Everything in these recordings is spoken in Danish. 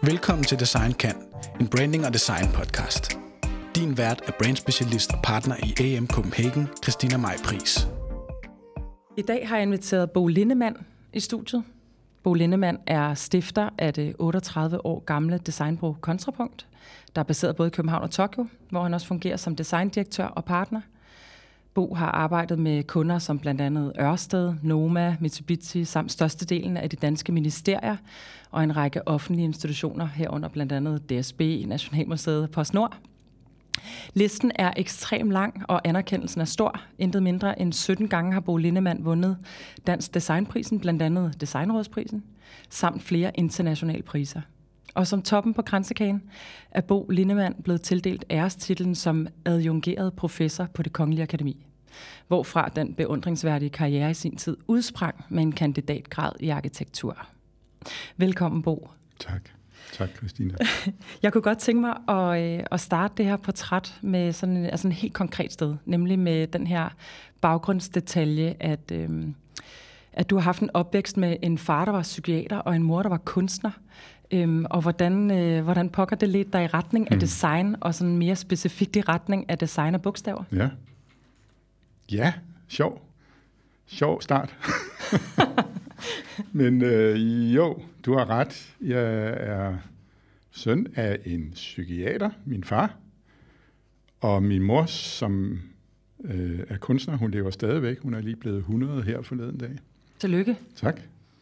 Velkommen til Design Kan, en branding og design podcast. Din vært er brandspecialist og partner i AM Copenhagen, Christina Maj Pris. I dag har jeg inviteret Bo Lindemann i studiet. Bo Lindemann er stifter af det 38 år gamle designbureau Kontrapunkt, der er baseret både i København og Tokyo, hvor han også fungerer som designdirektør og partner. Bo har arbejdet med kunder som blandt andet Ørsted, Noma, Mitsubishi samt størstedelen af de danske ministerier og en række offentlige institutioner herunder blandt andet DSB, Nationalmuseet og PostNord. Listen er ekstremt lang, og anerkendelsen er stor. Intet mindre end 17 gange har Bo Lindemann vundet Dansk Designprisen, blandt andet Designrådsprisen, samt flere internationale priser. Og som toppen på kransekagen er Bo Lindemann blevet tildelt ærestitlen som adjungeret professor på Det Kongelige Akademi, hvorfra den beundringsværdige karriere i sin tid udsprang med en kandidatgrad i arkitektur. Velkommen, Bo. Tak, Christina. Jeg kunne godt tænke mig at starte det her portræt med sådan et helt konkret sted, nemlig med den her baggrundsdetalje, at du har haft en opvækst med en far, der var psykiater, og en mor, der var kunstner. Og hvordan pokker det lidt dig i retning af design, og sådan mere specifikt i retning af design og bogstaver? Ja, sjov start. Men jo, du har ret. Jeg er søn af en psykiater, min far, og min mor, som er kunstner. Hun lever stadigvæk. Hun er lige blevet 100 her forleden dag. Tillykke. Tak.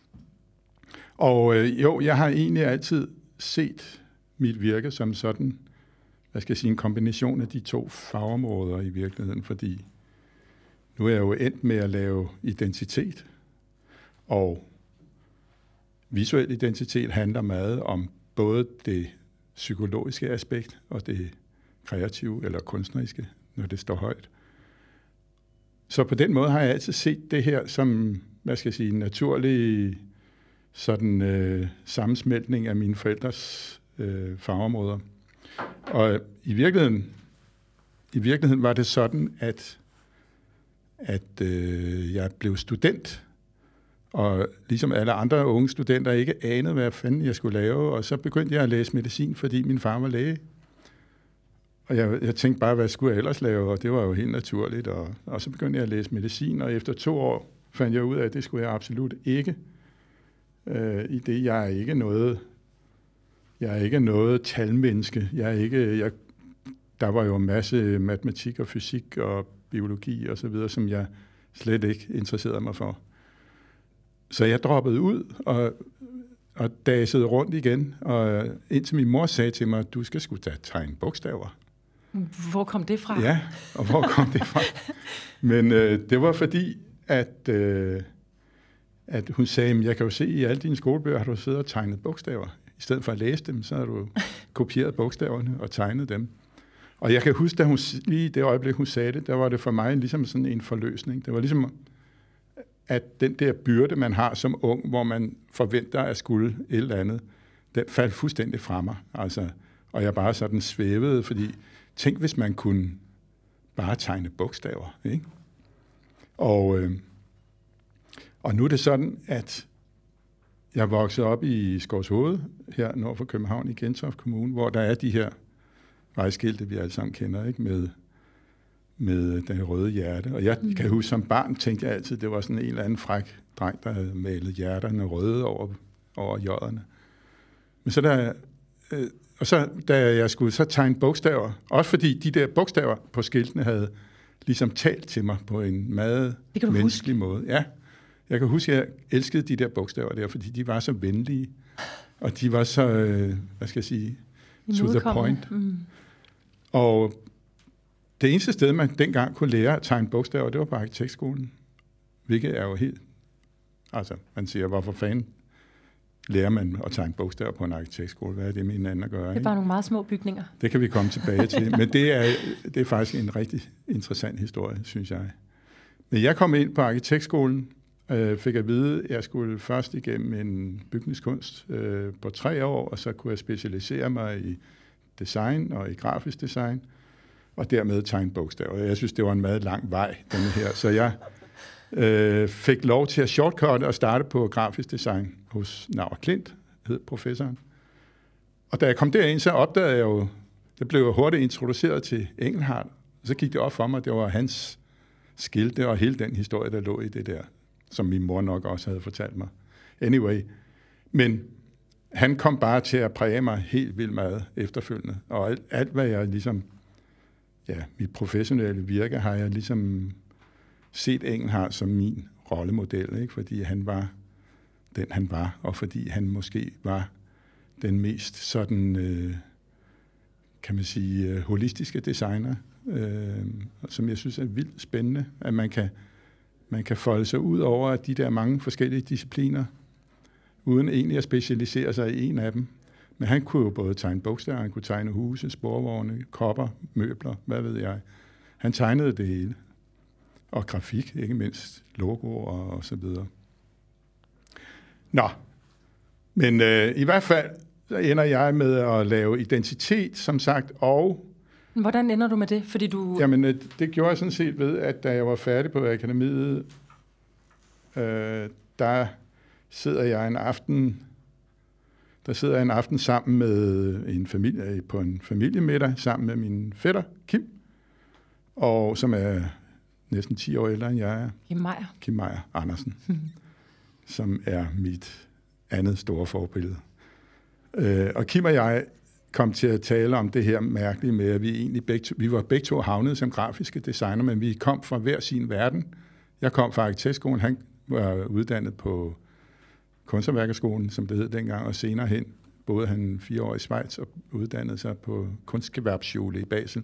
Og jeg har egentlig altid set mit virke som sådan, en kombination af de to fagområder i virkeligheden, fordi nu er jeg jo endt med at lave identitet, og visuel identitet handler meget om både det psykologiske aspekt og det kreative eller kunstneriske, når det står højt. Så på den måde har jeg altid set det her som, en naturlig sådan sammensmeltning af mine forældres fagområder. Og i virkeligheden var det sådan, at jeg blev student, og ligesom alle andre unge studenter ikke anede, hvad fanden jeg skulle lave, og så begyndte jeg at læse medicin, fordi min far var læge. Og jeg tænkte bare, hvad skulle jeg ellers lave, og det var jo helt naturligt. Og så begyndte jeg at læse medicin, og efter 2 år fandt jeg ud af, at det skulle jeg absolut ikke. I det, jeg er ikke noget talmenneske. Der var jo en masse matematik og fysik og biologi og så videre, som jeg slet ikke interesserede mig for. Så jeg droppede ud og dasede rundt igen, og indtil min mor sagde til mig, du skal sgu da tegne bogstaver. Hvor kom det fra? Ja, og hvor kom det fra? Men det var fordi, at hun sagde, jeg kan jo se i alle dine skolebøger, har du siddet og tegnet bogstaver. I stedet for at læse dem, så har du kopieret bogstaverne og tegnet dem. Og jeg kan huske, lige i det øjeblik, hun sagde det, der var det for mig ligesom sådan en forløsning. Det var ligesom, at den der byrde, man har som ung, hvor man forventer at skulle et eller andet, den faldt fuldstændig fra mig. Altså, og jeg bare sådan svævede, fordi tænk, hvis man kunne bare tegne bogstaver, ikke? Og nu er det sådan, at jeg voksede op i Skovshoved, her nord for København i Gentofte Kommune, hvor der er de her vejskilte, vi alle sammen kender, ikke? Med den røde hjerte. Og jeg kan huske, som barn tænkte jeg altid, det var sådan en eller anden fræk dreng, der havde malet hjerterne røde over jøderne. Men da jeg skulle så tegne bogstaver, også fordi de der bogstaver på skiltene havde ligesom talt til mig på en meget menneskelig måde. Ja, jeg kan huske, at jeg elskede de der bogstaver der, fordi de var så venlige, og de var så, to the point. Og det eneste sted, man dengang kunne lære at tegne bogstaver, det var på arkitektskolen, hvilket er jo helt, altså man siger, hvorfor fanden lærer man at tegne bogstaver på en arkitektskole? Hvad er det med hinanden at gøre? Det er bare nogle meget små bygninger. Det kan vi komme tilbage til, men det er faktisk en rigtig interessant historie, synes jeg. Men jeg kom ind på arkitektskolen, fik at vide, at jeg skulle først igennem en bygningskunst på 3 år, og så kunne jeg specialisere mig i design og i grafisk design, og dermed tegne bogstaver. Jeg synes, det var en meget lang vej, denne her. Så jeg fik lov til at shortcutte og starte på grafisk design hos Naur Klint, hed professoren. Og da jeg kom derind, så opdagede jeg jo, det blev hurtigt introduceret til Engelhardt, og så gik det op for mig, at det var hans skilte og hele den historie, der lå i det der, som min mor nok også havde fortalt mig. Anyway, men han kom bare til at præge mig helt vildt meget efterfølgende, og alt hvad jeg ligesom, mit professionelle virke, har jeg ligesom set Engelhardt som min rollemodel, ikke? Fordi han var den, han var, og fordi han måske var den mest sådan, kan man sige, holistiske designer, som jeg synes er vildt spændende, at man kan folde sig ud over de der mange forskellige discipliner, uden egentlig at specialisere sig i en af dem. Men han kunne jo både tegne bogstaver, han kunne tegne huse, sporvogne, kopper, møbler, hvad ved jeg. Han tegnede det hele. Og grafik, ikke mindst logoer og så videre. Nå, men i hvert fald så ender jeg med at lave identitet, som sagt, og... Hvordan ender du med det? Fordi du... Jamen, det gjorde jeg sådan set ved, at da jeg var færdig på akademiet, der sidder jeg en aften sammen med en familie, på en familiemiddag, sammen med min fætter, Kim, og som er næsten 10 år ældre end jeg er. Kim Meyer Andersen, som er mit andet store forbillede. Og Kim og jeg kom til at tale om det her mærkelige med, at vi var begge to havnet som grafiske designer, men vi kom fra hver sin verden. Jeg kom fra arkitektskolen, han var uddannet på Kunsthåndværkerskolen, som det hed dengang, og senere hen boede han 4 år i Schweiz og uddannede sig på Kunstgewerbschule i Basel.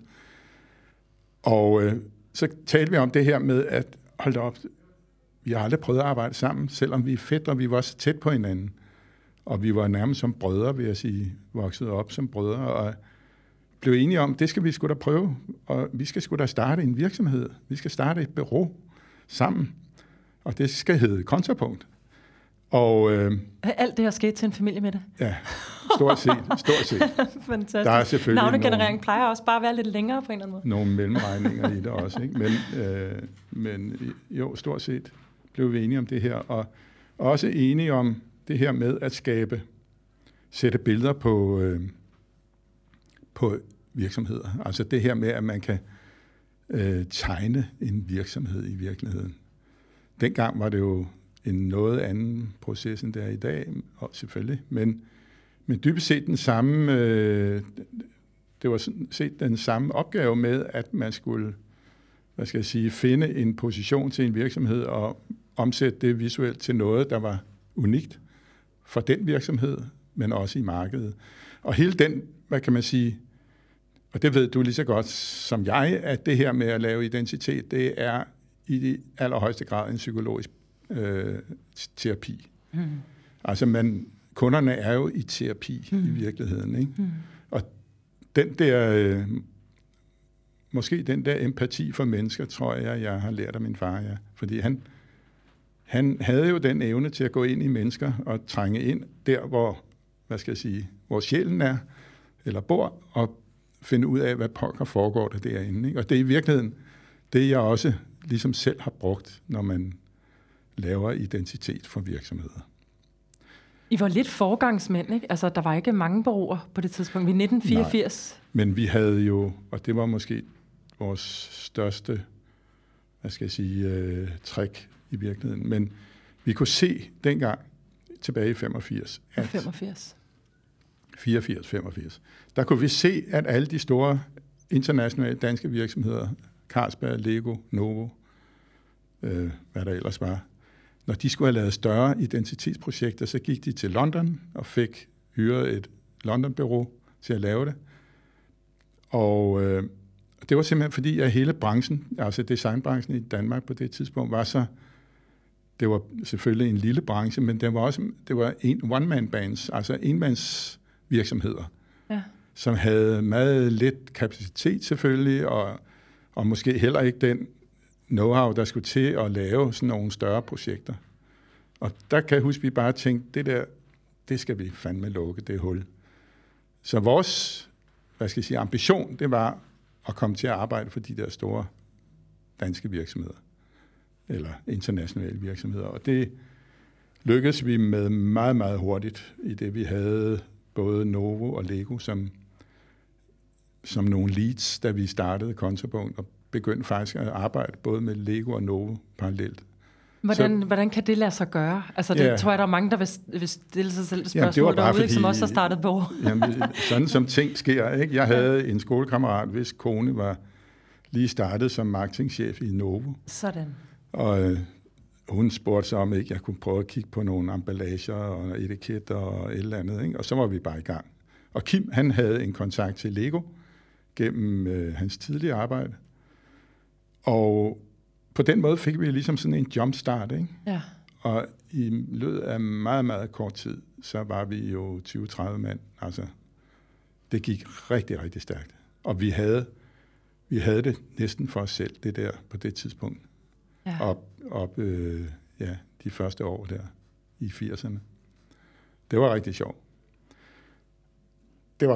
Og så talte vi om det her med, at hold da op, vi har aldrig prøvet at arbejde sammen, selvom vi er fætre, vi var så tæt på hinanden. Og vi var nærmest som brødre, vil jeg sige, vokset op som brødre, og blev enige om, det skal vi sgu da prøve, og vi skal sgu da starte en virksomhed. Vi skal starte et bureau sammen, og det skal hedde Kontrapunkt. Og alt det her skete til en familie med det? Ja, stort set. Fantastisk. Der er selvfølgelig navnegenerering plejer også bare at være lidt længere på en eller anden måde. Nogle mellemregninger i det også, ikke? Men jo, stort set blev vi enige om det her, og også enige om det her med at sætte billeder på virksomheder. Altså det her med, at man kan tegne en virksomhed i virkeligheden. Dengang var det jo en noget anden proces, end der er i dag, og selvfølgelig, men dybest set den samme, det var set den samme opgave med, at man skulle, finde en position til en virksomhed og omsætte det visuelt til noget, der var unikt for den virksomhed, men også i markedet. Og hele den, og det ved du lige så godt som jeg, at det her med at lave identitet, det er i allerhøjeste grad en psykologisk terapi. Altså kunderne er jo i terapi i virkeligheden, ikke? Og den der, måske den der empati for mennesker, tror jeg har lært af min far, ja. Fordi han havde jo den evne til at gå ind i mennesker og trænge ind der, hvor sjælen er, eller bor, og finde ud af, hvad pokker foregår der derinde, ikke? Og det er i virkeligheden det, jeg også ligesom selv har brugt, når man laver identitet for virksomheder. I var lidt forgangsmænd, ikke? Altså, der var ikke mange bureauer på det tidspunkt. Vi er 1984. Nej, men vi havde jo, og det var måske vores største, trick i virkeligheden, men vi kunne se dengang, tilbage i 85, 84, der kunne vi se, at alle de store internationale danske virksomheder, Carlsberg, Lego, Novo, hvad der ellers var, når de skulle have lavet større identitetsprojekter, så gik de til London og fik hyret et London-bureau til at lave det. Og det var simpelthen fordi, at hele branchen, altså designbranchen i Danmark på det tidspunkt, det var selvfølgelig en lille branche, men det var one-man-bands, altså enmandsvirksomheder, som havde meget lidt kapacitet selvfølgelig, og måske heller ikke den know-how, der skulle til at lave sådan nogle større projekter. Og der kan jeg huske, at vi bare tænkte, det skal vi fandme lukke, det hul. Så vores, ambition, det var at komme til at arbejde for de der store danske virksomheder, eller internationale virksomheder. Og det lykkedes vi med meget, meget hurtigt, i det vi havde både Novo og Lego som nogle leads, da vi startede Kontrapunkt, og begyndte faktisk at arbejde både med Lego og Novo parallelt. Hvordan kan det lade sig gøre? Altså, det tror jeg, der er mange, der vil stille sig selv spørgsmål derude, som også har startet på. Jamen, sådan som ting sker, ikke? Jeg havde en skolekammerat, hvis kone var lige startet som marketingchef i Novo. Sådan. Og hun spurgte så, om ikke jeg kunne prøve at kigge på nogle emballager og etiketter og et eller andet, ikke? Og så var vi bare i gang. Og Kim, han havde en kontakt til Lego gennem hans tidlige arbejde. Og på den måde fik vi ligesom sådan en jumpstart, ikke? Ja. Og i løbet af meget, meget kort tid, så var vi jo 20-30 mand. Altså, det gik rigtig, rigtig stærkt. Og vi havde det næsten for os selv, det der på det tidspunkt. Ja. De første år der i 80'erne. Det var rigtig sjovt. Ja.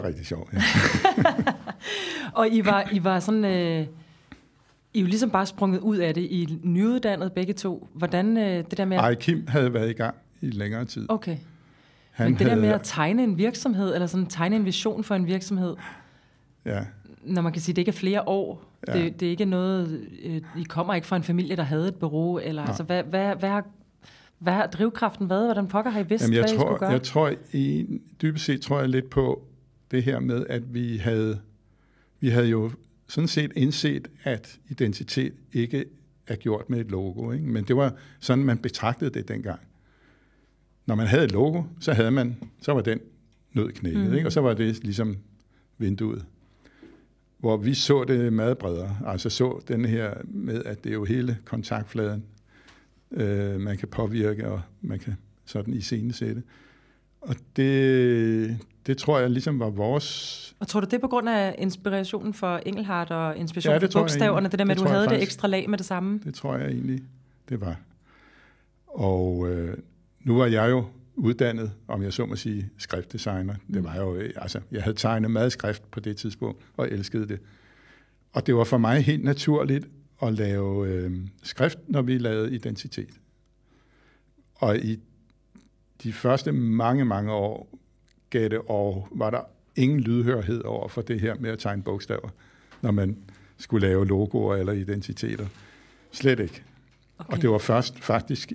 Og I var sådan... I er jo ligesom bare sprunget ud af det. I er nyuddannet begge to. Hvordan det der med... Ej, Kim havde været i gang i længere tid. Okay. Men det der med at tegne en virksomhed, eller sådan tegne en vision for en virksomhed, ja. Når man kan sige, at det ikke er flere år, ja. Det er ikke noget... I kommer ikke fra en familie, der havde et bureau, eller altså, hvad har drivkraften været? Hvordan pokker har I vidst, hvad I skulle gøre? Jeg tror, dybest set tror jeg lidt på det her med, at vi havde jo sådan set indset, at identitet ikke er gjort med et logo, ikke? Men det var sådan, man betragtede det dengang. Når man havde et logo, så var den nød knækket, ikke? Og så var det ligesom vinduet. Hvor vi så det meget bredere, altså så den her med, at det er jo hele kontaktfladen, man kan påvirke, og man kan sådan iscenesætte. Og det tror jeg ligesom var vores... Og tror du, det er på grund af inspirationen for Engelhardt og inspirationen for bogstaverne, det der med, at du havde det ekstra lag med det samme? Det tror jeg egentlig, det var. Og nu var jeg jo uddannet, om jeg så må sige, skriftdesigner. Det var jo, altså, jeg havde tegnet meget skrift på det tidspunkt, og elskede det. Og det var for mig helt naturligt at lave skrift, når vi lavede identitet. Og i de første mange, mange år var der ingen lydhørhed over for det her med at tegne bogstaver, når man skulle lave logoer eller identiteter. Slet ikke. Okay. Og det var først faktisk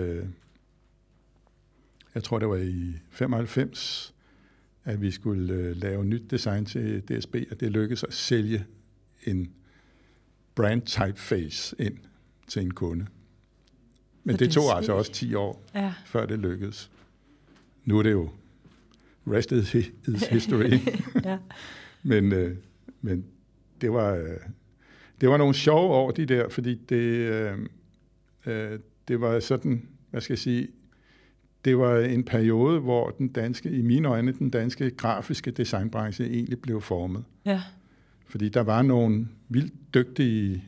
jeg tror det var i 95, at vi skulle lave nyt design til DSB, og det lykkedes at sælge en brand typeface ind til en kunde. Men det tog altså også 10 år, før det lykkedes. Nu er det jo rest is history. Ja. Men det var nogle sjove år, de der, fordi det var sådan, hvad skal jeg sige, det var en periode, hvor i mine øjne, den danske grafiske designbranche egentlig blev formet. Ja. Fordi der var nogle vildt dygtige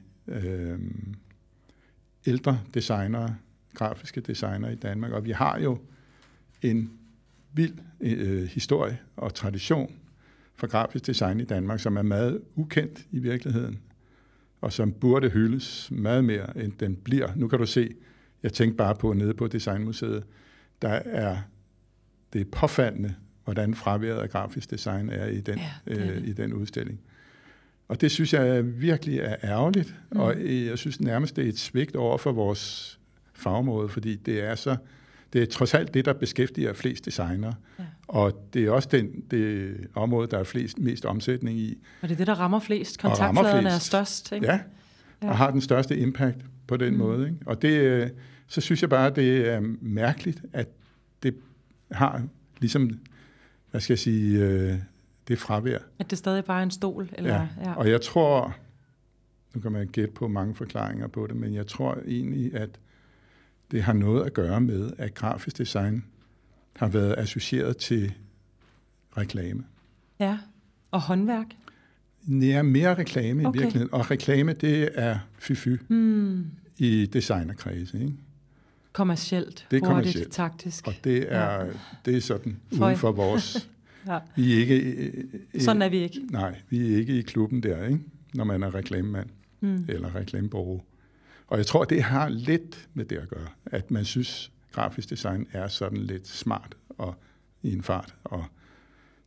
ældre designere, grafiske designere i Danmark, og vi har jo en vild historie og tradition for grafisk design i Danmark, som er meget ukendt i virkeligheden, og som burde hyldes meget mere, end den bliver. Nu kan du se, jeg tænkte bare på nede på Designmuseet, det er påfaldende, hvordan fraværet af grafisk design er i den udstilling. Og det synes jeg virkelig er ærgerligt, og jeg synes nærmest, det er et svigt over for vores fagområde, fordi det er trods alt det, der beskæftiger flest designere, og det er også det område, der er mest omsætning i. Og det er det, der rammer flest. Kontaktfladerne er størst, ikke? Ja, og har den største impact på den måde, ikke? Og så synes jeg bare, at det er mærkeligt, at det har ligesom, hvad skal jeg sige, det fravær. At det stadig bare er en stol? Eller, ja, og jeg tror, nu kan man gætte på mange forklaringer på det, men jeg tror egentlig, at det har noget at gøre med, at grafisk design har været associeret til reklame. Ja, og håndværk? Ja, mere reklame i virkeligheden. Og reklame, det er fy-fy i designerkredse, ikke? Kommercielt, det er hurtigt, kommercielt. Taktisk. Og det er sådan uden for vores... Vi er ikke... Sådan er vi ikke. Nej, vi er ikke i klubben der, ikke? Når man er reklamemand eller reklamebureau. Og jeg tror, det har lidt med det at gøre, at man synes, grafisk design er sådan lidt smart og i en fart. Og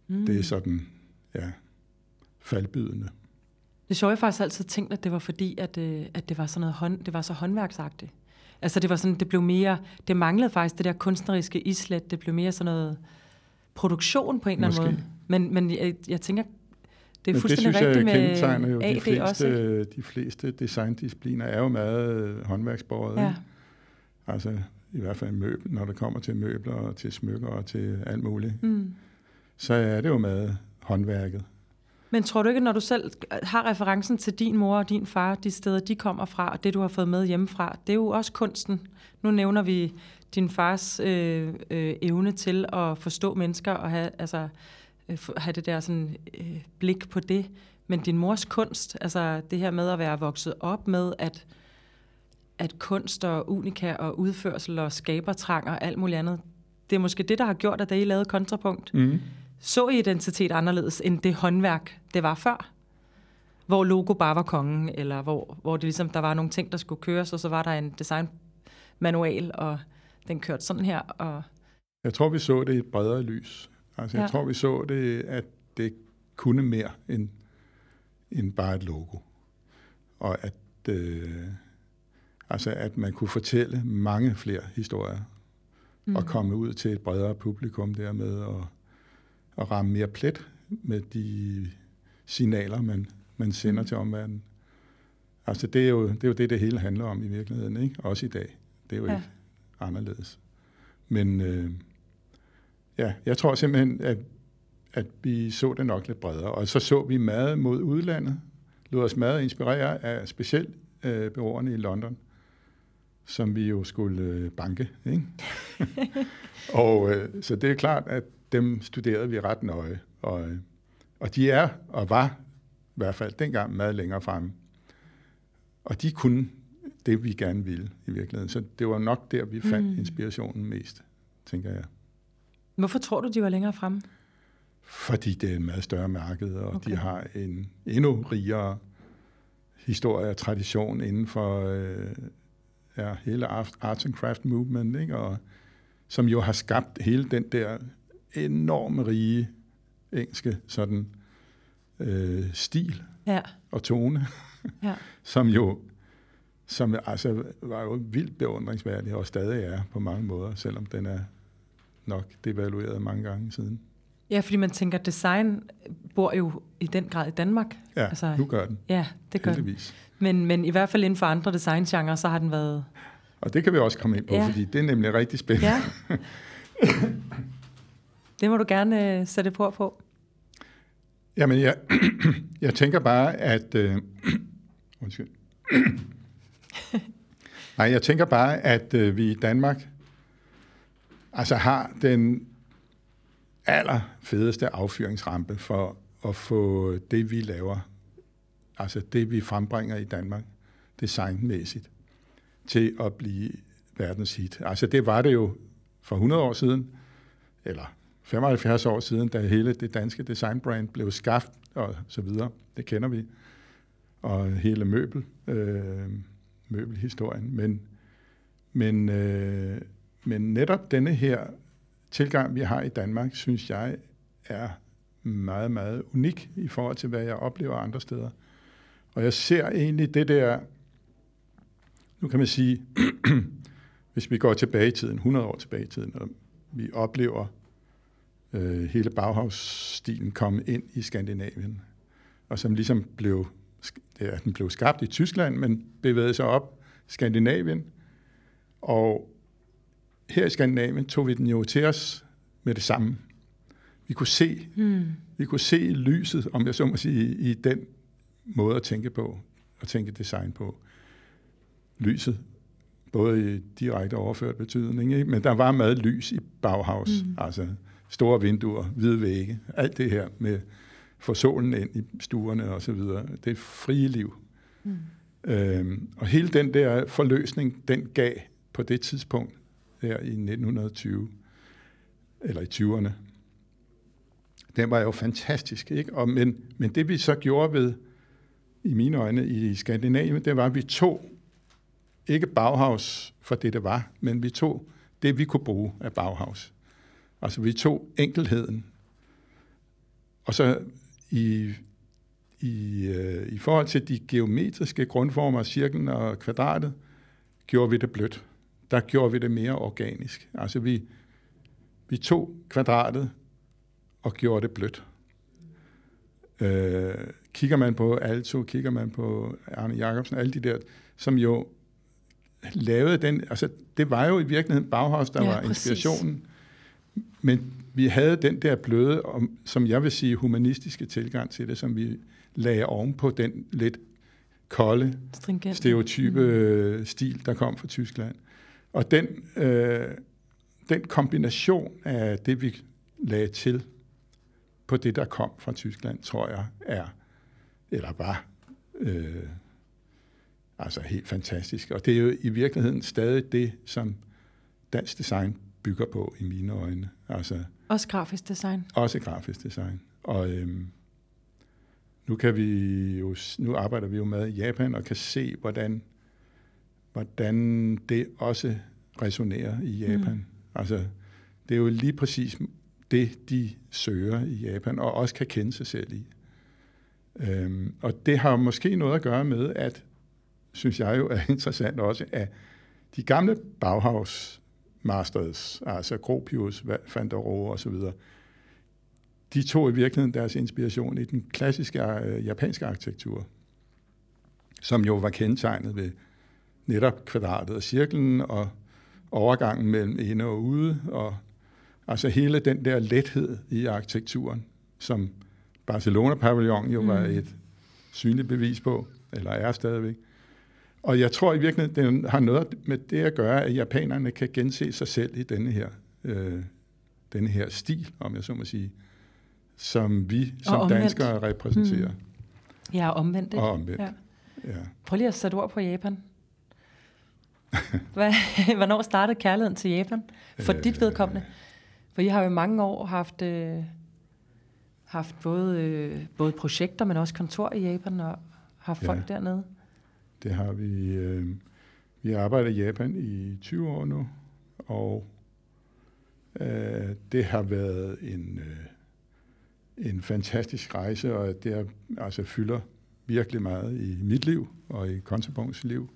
Det er sådan, ja, faldbydende. Det sjove, jeg faktisk altid tænkt, at det var fordi, at det var sådan noget det var så håndværksagtigt. Altså det var sådan, det blev mere, det manglede faktisk det der kunstneriske islet, det blev mere sådan noget produktion på en eller anden måde. Men jeg tænker, det er fuldstændig rigtigt med AD også. De fleste designdiscipliner er jo meget håndværksbåret. Ja. Altså i hvert fald møbel, når det kommer til møbler og til smykker og til alt muligt. Så er det jo meget håndværket. Men tror du ikke, når du selv har referencen til din mor og din far, de steder, de kommer fra, og det, du har fået med hjemmefra, det er jo også kunsten. Nu nævner vi din fars evne til at forstå mennesker og have det der sådan, blik på det. Men din mors kunst, altså det her med at være vokset op med, at kunst og unika og udførsel og skabertrang og alt muligt andet, det er måske det, der har gjort, at da I lavede Kontrapunkt. Så I identitet anderledes end det håndværk, det var før? Hvor logo bare var kongen, eller hvor det ligesom, der var nogle ting, der skulle køres, og så var der en designmanual, og den kørte sådan her. Og jeg tror, vi så det i et bredere lys. Altså, jeg tror, vi så det, at det kunne mere end bare et logo. Og at man kunne fortælle mange flere historier, og komme ud til et bredere publikum dermed, og ramme mere plet med de signaler, man sender til omverdenen. Altså, det er jo det hele handler om i virkeligheden, ikke? Også i dag. Det er jo ikke anderledes. Men jeg tror simpelthen, at vi så det nok lidt bredere. Og så vi meget mod udlandet. Lod os meget inspirere af specielt bureauerne i London, som vi jo skulle banke, ikke? Så det er klart, at dem studerede vi ret nøje. Og de er, og var i hvert fald dengang, meget længere fremme. Og de kunne det, vi gerne ville i virkeligheden. Så det var nok der, vi fandt inspirationen mest, tænker jeg. Hvorfor tror du, de var længere fremme? Fordi det er et meget større marked, og de har en endnu rigere historie og tradition inden for hele arts and craft movement, ikke? Og som jo har skabt hele den der enormt rige engelske sådan stil og tone, som altså var jo vildt beundringsværdig og stadig er på mange måder, selvom den er nok devalueret mange gange siden. Ja, fordi man tænker, at design bor jo i den grad i Danmark. Ja, altså, nu gør den. Ja, det gør den. Men i hvert fald inden for andre designgenre, så har den været... Og det kan vi også komme ind på, fordi det er nemlig rigtig spændende. Ja. Det må du gerne sætte på. Jamen, jeg tænker bare, at... undskyld. Nej, jeg tænker bare, at vi i Danmark altså har den allerfedeste affyringsrampe for at få det, vi laver, altså det, vi frembringer i Danmark, designmæssigt, til at blive verdens hit. Altså det var det jo for 100 år siden, eller 75 år siden, da hele det danske designbrand blev skabt og så videre. Det kender vi. Og hele møbelhistorien. Men netop denne her tilgang, vi har i Danmark, synes jeg er meget, meget unik i forhold til, hvad jeg oplever andre steder. Og jeg ser egentlig det der, nu kan man sige, hvis vi går tilbage i tiden, 100 år tilbage i tiden, og vi oplever hele Bauhaus-stilen komme ind i Skandinavien, og som ligesom den blev skabt i Tyskland, men bevægede sig op i Skandinavien, og her i Skandinavien tog vi den jo til os med det samme. Vi kunne se lyset, om jeg så må sige, i den måde at tænke på, og tænke design på. Lyset, både i direkte overført betydning, ikke? Men der var meget lys i Bauhaus, altså store vinduer, hvide vægge, alt det her med få solen ind i stuerne og så videre. Det frie liv. Og hele den der forløsning, den gav på det tidspunkt, der i 1920, eller i 20'erne, den var jo fantastisk, ikke? Men det vi så gjorde ved, i mine øjne, i Skandinavien, det var, at vi tog ikke Bauhaus for det var, men vi tog det, vi kunne bruge af Bauhaus. Altså vi tog enkelheden Og så i forhold til de geometriske grundformer, cirklen og kvadratet, gjorde vi det blødt. Der gjorde vi det mere organisk. Altså vi tog kvadratet og gjorde det blødt. Kigger man på Alto, kigger man på Arne Jacobsen, alle de der, som jo lavede den, altså det var jo i virkeligheden Bauhaus, der var inspirationen, men vi havde den der bløde, som jeg vil sige, humanistiske tilgang til det, som vi lagde ovenpå den lidt kolde, stereotype stil, der kom fra Tyskland. Og den kombination af det, vi lagde til på det, der kom fra Tyskland, tror jeg var altså helt fantastisk. Og det er jo i virkeligheden stadig det, som dansk design bygger på i mine øjne. Altså, også grafisk design? Også grafisk design. Og nu arbejder vi jo med i Japan og kan se, hvordan det også resonerer i Japan. Altså, det er jo lige præcis det, de søger i Japan, og også kan kende sig selv i. Og det har måske noget at gøre med, at, synes jeg jo er interessant også, at de gamle Bauhaus masters, altså Gropius, Van der Rohe og så videre, de tog i virkeligheden deres inspiration i den klassiske japanske arkitektur, som jo var kendetegnet ved netop kvadratet og cirklen og overgangen mellem inde og ude, og altså hele den der lethed i arkitekturen, som Barcelona-pavillonen jo var et synligt bevis på, eller er stadigvæk. Og jeg tror i virkeligheden, det har noget med det at gøre, at japanerne kan gense sig selv i denne her stil, om jeg så må sige, som vi som danskere repræsenterer. Ja, omvendt. Og omvendt. Ja. Prøv lige at sætte ord på Japan. Hvornår startede kærligheden til Japan? For dit vedkommende. For I har jo i mange år haft både projekter, men også kontor i Japan, og haft folk dernede. Det har vi. Vi har arbejdet i Japan i 20 år nu, og det har været en fantastisk rejse, og det altså fylder virkelig meget i mit liv og i Kontrapunkts liv.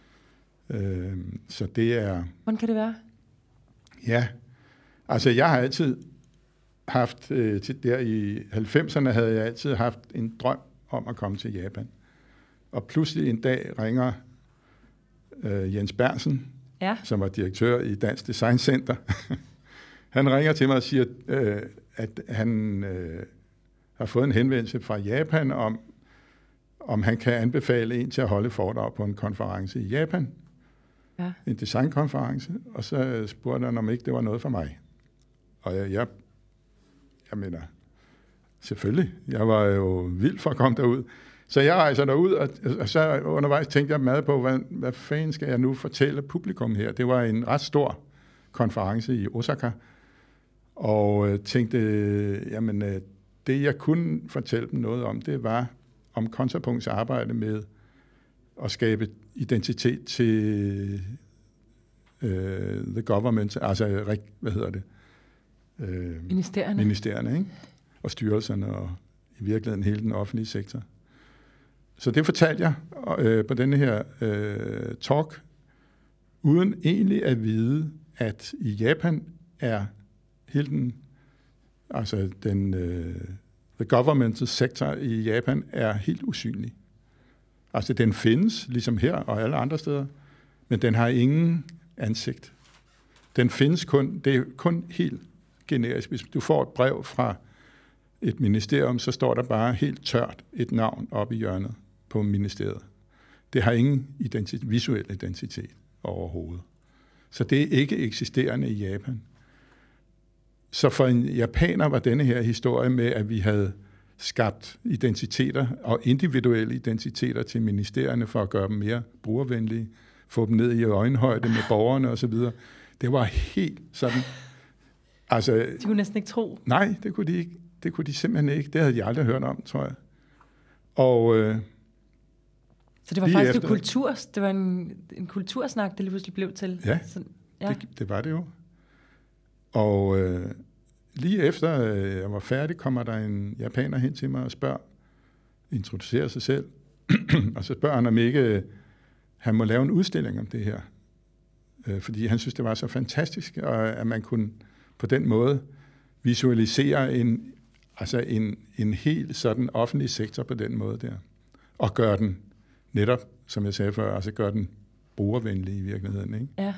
Så det er... Hvordan kan det være? Ja, altså jeg har altid haft, der i 90'erne havde jeg altid haft en drøm om at komme til Japan. Og pludselig en dag ringer Jens Berntsen, som var direktør i Dansk Design Center. Han ringer til mig og siger, at han har fået en henvendelse fra Japan om han kan anbefale en til at holde foredrag på en konference i Japan. Ja. En designkonference. Og så spurgte han, om ikke det var noget for mig. Og jeg mener, selvfølgelig. Jeg var jo vild for at komme derud. Så jeg rejser derud, og så undervejs tænkte jeg meget på, hvad fanden skal jeg nu fortælle publikum her? Det var en ret stor konference i Osaka, og tænkte, jamen, det jeg kunne fortælle dem noget om, det var om Kontrapunkts arbejde med at skabe identitet til the government, altså, ministerierne, ikke? Og styrelserne, og i virkeligheden hele den offentlige sektor. Så det fortalte jeg på denne her talk, uden egentlig at vide, at i Japan er hele den, altså the governmental sektor i Japan er helt usynlig. Altså den findes, ligesom her og alle andre steder, men den har ingen ansigt. Den findes det er kun helt generisk. Hvis du får et brev fra et ministerium, så står der bare helt tørt et navn oppe i hjørnet på ministeriet. Det har ingen visuel identitet overhovedet. Så det er ikke eksisterende i Japan. Så for en japaner var denne her historie med, at vi havde skabt identiteter og individuelle identiteter til ministerierne for at gøre dem mere brugervenlige, få dem ned i øjenhøjde med borgerne osv. Det var helt sådan. Altså, de kunne næsten ikke tro. Nej, det kunne de ikke. Det kunne de simpelthen ikke. Det havde de aldrig hørt om, tror jeg. Og så det var faktisk det var en kultursnak, det lige pludselig blev til. Ja, det var det jo. Og lige efter jeg var færdig, kommer der en japaner hen til mig og introducerer sig selv, og så spørger han, om ikke han må lave en udstilling om det her. Fordi han synes, det var så fantastisk, og at man kunne på den måde visualisere en helt sådan offentlig sektor på den måde der. Og gøre den netop, som jeg sagde før, altså gøre den brugervenlig i virkeligheden. Ikke? Ja.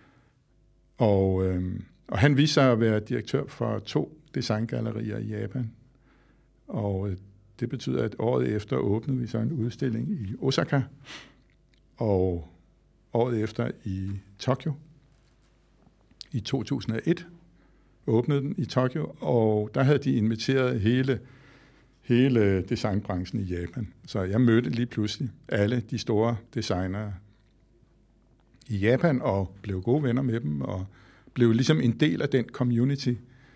Og han viste sig at være direktør for 2 designgallerier i Japan. Og det betyder, at året efter åbnede vi så en udstilling i Osaka, og året efter i Tokyo. I 2001 åbnede den i Tokyo, og der havde de inviteret hele designbranchen i Japan. Så jeg mødte lige pludselig alle de store designere i Japan, og blev gode venner med dem, og blev ligesom en del af den community,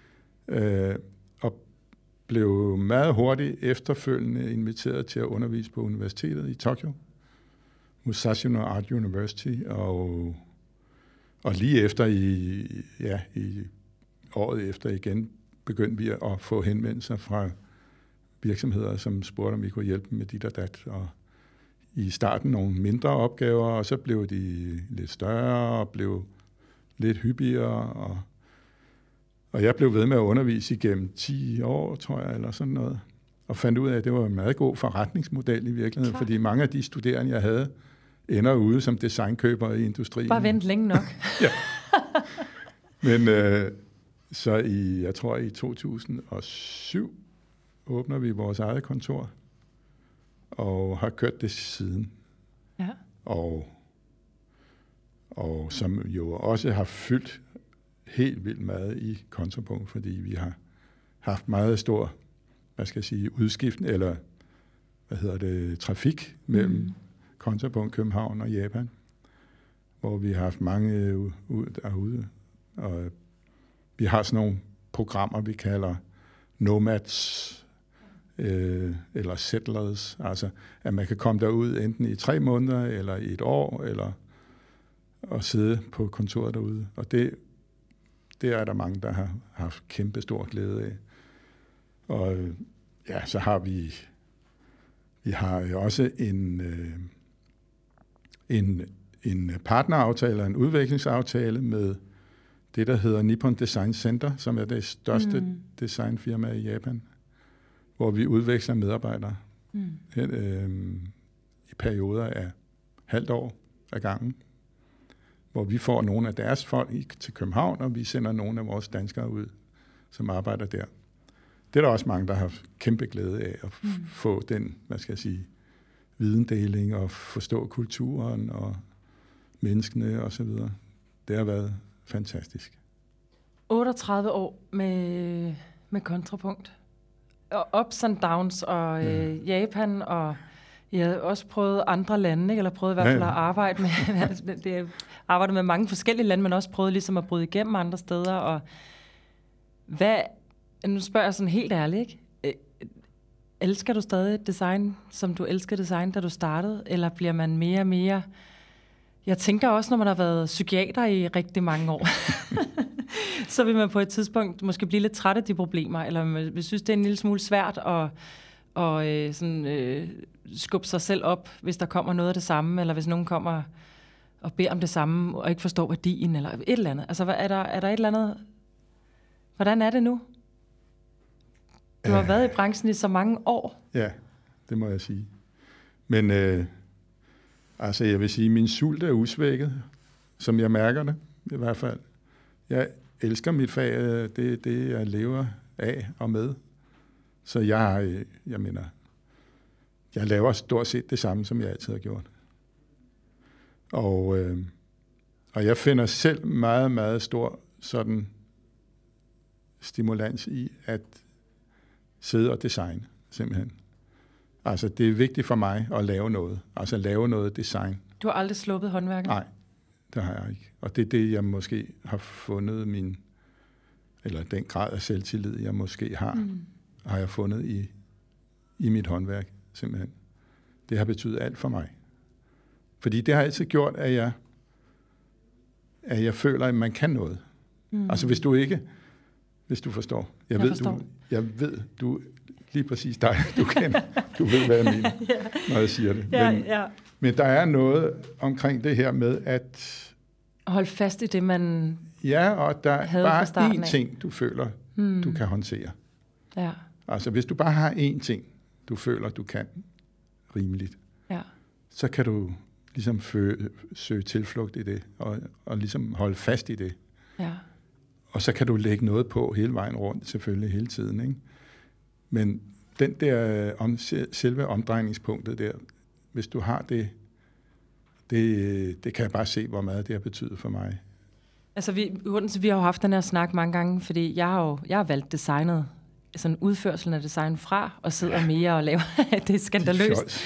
og blev meget hurtigt efterfølgende inviteret til at undervise på universitetet i Tokyo, Musashi no Art University, og lige efter i året efter igen begyndte vi at få henvendelser fra virksomheder, som spurgte, om vi kunne hjælpe med dit og dat, og i starten nogle mindre opgaver, og så blev de lidt større og blev lidt hyppigere, og jeg blev ved med at undervise igennem 10 år, tror jeg, eller sådan noget, og fandt ud af, at det var en meget god forretningsmodel i virkeligheden, Klar. fordi mange af de studerende, jeg havde, ender ude som designkøbere i industrien. Bare vent længe nok. Ja. Men så jeg tror i 2007 åbner vi vores eget kontor, og har kørt det siden. Ja. Og som jo også har fyldt helt vildt meget i Kontrapunkt, fordi vi har haft meget stor, udskiftning, eller trafik mellem Kontrapunkt, København og Japan, hvor vi har haft mange derude. Og vi har sådan nogle programmer, vi kalder nomads, eller settlers, altså at man kan komme derud enten i 3 måneder, eller i 1 år, eller og sidde på kontoret derude. Og det er der mange, der har haft kæmpe stor glæde af. Og ja, så har vi har også en partneraftale, en udviklingsaftale med det, der hedder Nippon Design Center, som er det største designfirma i Japan, hvor vi udveksler medarbejdere i perioder af halvt år ad gangen, hvor vi får nogle af deres folk til København, og vi sender nogle af vores danskere ud, som arbejder der. Det er der også mange, der har kæmpe glæde af at få den, videndeling og forstå kulturen og menneskene og så videre. Det har været fantastisk. 38 år med Kontrapunkt. Og ups and downs, og Japan, og jeg har også prøvet andre lande, ikke? Eller prøvet i hvert fald at arbejde med mange forskellige lande, men også prøvet ligesom at bryde igennem andre steder. Og nu spørger jeg sådan helt ærligt, ikke? Elsker du stadig design, som du elskede design, da du startede? Eller bliver man mere og mere... Jeg tænker også, når man har været psykiater i rigtig mange år, så vil man på et tidspunkt måske blive lidt træt af de problemer, eller man synes, det er en lille smule svært at skubbe sig selv op, hvis der kommer noget af det samme, eller hvis nogen kommer og beder om det samme, og ikke forstår værdien, eller et eller andet. Altså, er der et eller andet... Hvordan er det nu? Du har været i branchen i så mange år. Ja, det må jeg sige. Men jeg vil sige, at min sult er usvækket, som jeg mærker det, i hvert fald. Jeg elsker mit fag, det jeg lever af og med. Så jeg laver stort set det samme, som jeg altid har gjort. Og jeg finder selv meget, meget stor sådan stimulans i at sidde og designe, simpelthen. Altså, det er vigtigt for mig at lave noget. Altså, lave noget design. Du har aldrig sluppet håndværket? Nej, det har jeg ikke. Og det er det, jeg måske har fundet eller den grad af selvtillid, jeg måske har jeg fundet i mit håndværk, simpelthen. Det har betydet alt for mig. Fordi det har altid gjort, at jeg føler, at man kan noget. Altså, hvis du ikke hvis du forstår. Jeg ved, du lige præcis dig, du ved, hvad jeg mener, når jeg siger det. Men der er noget omkring det her med, at holde fast i det, man ja, og der er bare én af. ting, du føler, du kan håndtere. Ja. Altså, hvis du bare har én ting, du føler, du kan rimeligt, så kan du ligesom søge tilflugt i det, og ligesom holde fast i det. Ja. Og så kan du lægge noget på hele vejen rundt, selvfølgelig hele tiden, ikke? Men den der selve omdrejningspunktet der, hvis du har det kan jeg bare se, hvor meget det har betydet for mig. Altså, vi har jo haft den her snak mange gange, fordi jeg har valgt designet, sådan udførelsen af design fra, og sidder mere og laver, det er skandaløst,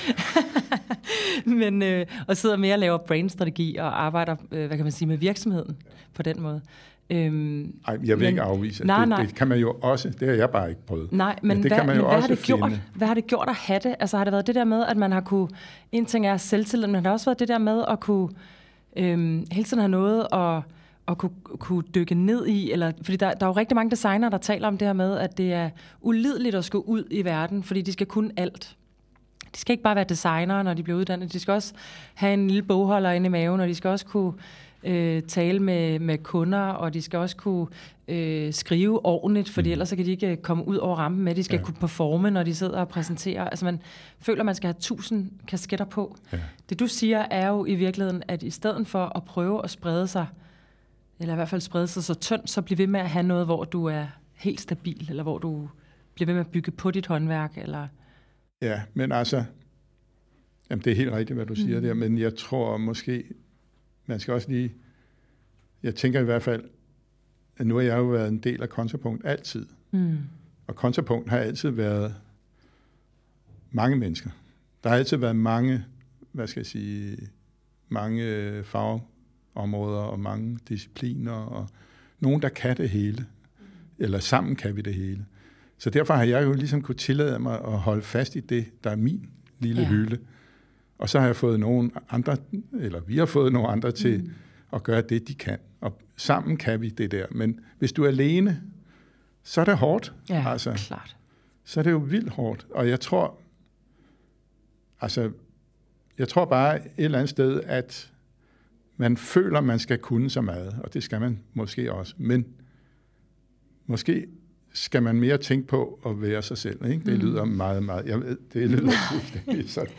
men og sidder mere og laver brandstrategi og arbejder, hvad kan man sige, med virksomheden på den måde. Nej, jeg vil ikke afvise. Det kan man jo også, det har jeg bare ikke prøvet. Nej, men hvad har det gjort at have det? Altså har det været det der med, at man har kunne, en ting er selvtillid, men har det også været det der med at kunne hele tiden have noget at kunne dykke ned i, eller, fordi der er jo rigtig mange designere, der taler om det her med, at det er ulideligt at skulle ud i verden, fordi de skal kunne alt. De skal ikke bare være designere, når de bliver uddannet, de skal også have en lille bogholder inde i maven, og de skal også kunne tale med kunder, og de skal også kunne skrive ordentligt, fordi ellers så kan de ikke komme ud over rampen med. De skal kunne performe, når de sidder og præsenterer. Altså man føler, man skal have 1000 kasketter på. Ja. Det du siger er jo i virkeligheden, at i stedet for at prøve at sprede sig, eller i hvert fald sprede sig så tyndt, så bliv ved med at have noget, hvor du er helt stabil, eller hvor du bliver ved med at bygge på dit håndværk, eller... Ja, men altså, jamen det er helt rigtigt, hvad du siger der, men jeg tror måske, man skal også lige, jeg tænker i hvert fald, at nu har jeg jo været en del af Kontrapunkt altid. Og Kontrapunkt har altid været mange mennesker. Der har altid været mange, mange fagområder og mange discipliner, og nogen, der kan det hele. Eller sammen kan vi det hele. Så derfor har jeg jo ligesom kunne tillade mig at holde fast i det, der er min lille hylde. Og så har jeg fået nogle andre, eller vi har fået nogle andre til at gøre det, de kan. Og sammen kan vi det der. Men hvis du er alene, så er det hårdt. Ja, altså, klart. Så er det jo vildt hårdt. Og jeg tror bare et eller andet sted, at man føler, man skal kunne så meget. Og det skal man måske også. Men måske skal man mere tænke på at være sig selv. Ikke? Det lyder meget, meget... Jeg ved, det lyder fuldstændig sådan.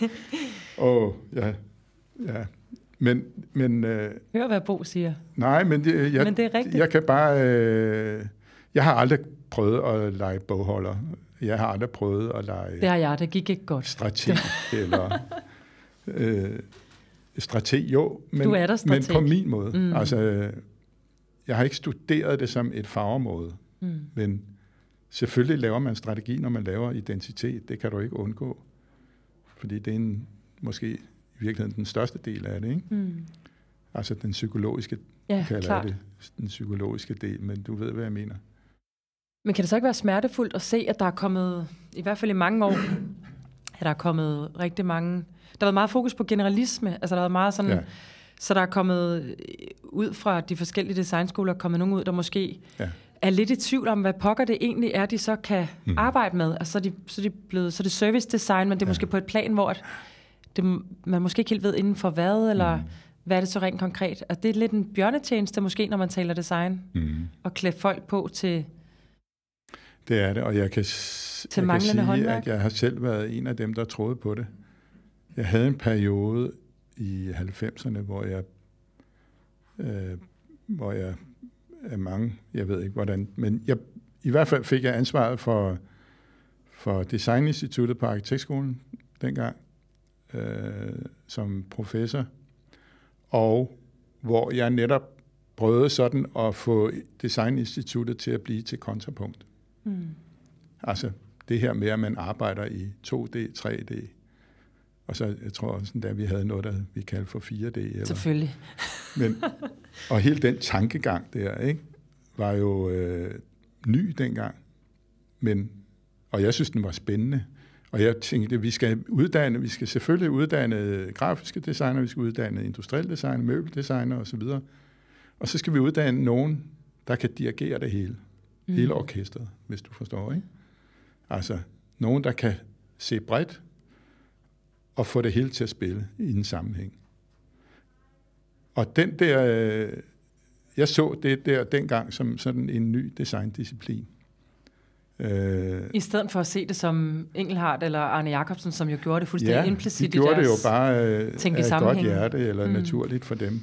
Men hør, hvad Bo siger. Nej, men det er rigtigt. Jeg kan bare... jeg har aldrig prøvet at lege bogholder. Jeg har aldrig prøvet at lege... Det har jeg, det gik ikke godt. Strateg, eller... strateg, jo. Du er der strateg. Men på min måde. Altså, jeg har ikke studeret det som et fagområde. Men selvfølgelig laver man strategi, når man laver identitet. Det kan du ikke undgå. Fordi det er måske i virkeligheden den største del af det, ikke? Altså den psykologiske, den psykologiske del, men du ved, hvad jeg mener. Men kan det så ikke være smertefuldt at se, at der er kommet, i hvert fald i mange år, at der er kommet rigtig mange... Der har været meget fokus på generalisme, altså der har været meget sådan... Ja. Så der er kommet ud fra de forskellige designskoler, kommet nogen ud, der måske er lidt i tvivl om, hvad pokker det egentlig er, de så kan arbejde med. Altså, så er det service design, men det er måske på et plan, hvor man måske ikke helt ved inden for hvad, eller hvad er det så rent konkret. Altså, det er lidt en bjørnetjeneste måske, når man taler design, og klæde folk på til... Det er det, og jeg kan sige, at jeg har selv været en af dem, der troede på det. Jeg havde en periode i 90'erne, hvor jeg er mange, jeg ved ikke hvordan, men i hvert fald fik jeg ansvaret for Designinstituttet på Arkitektskolen dengang, som professor, og hvor jeg netop prøvede sådan at få Designinstituttet til at blive til Kontrapunkt. Altså det her med, at man arbejder i 2D, 3D, og så, jeg tror også, da vi havde noget, der vi kaldte for 4D. Eller. Selvfølgelig. Og hele den tankegang der, ikke, var jo ny dengang. Og jeg synes, den var spændende. Og jeg tænkte, vi skal selvfølgelig uddanne grafiske designer, vi skal uddanne industrielle designer, møbeldesigner osv. Og så skal vi uddanne nogen, der kan dirigere det hele. hele orkestret, hvis du forstår, ikke? Altså, nogen, der kan se bredt og få det hele til at spille i en sammenhæng. Og den der, jeg så det der dengang som sådan en ny designdisciplin. I stedet for at se det som Engelhardt eller Arne Jacobsen, som jo gjorde det fuldstændig implicit i deres det jo bare af godt hjerte eller naturligt for dem.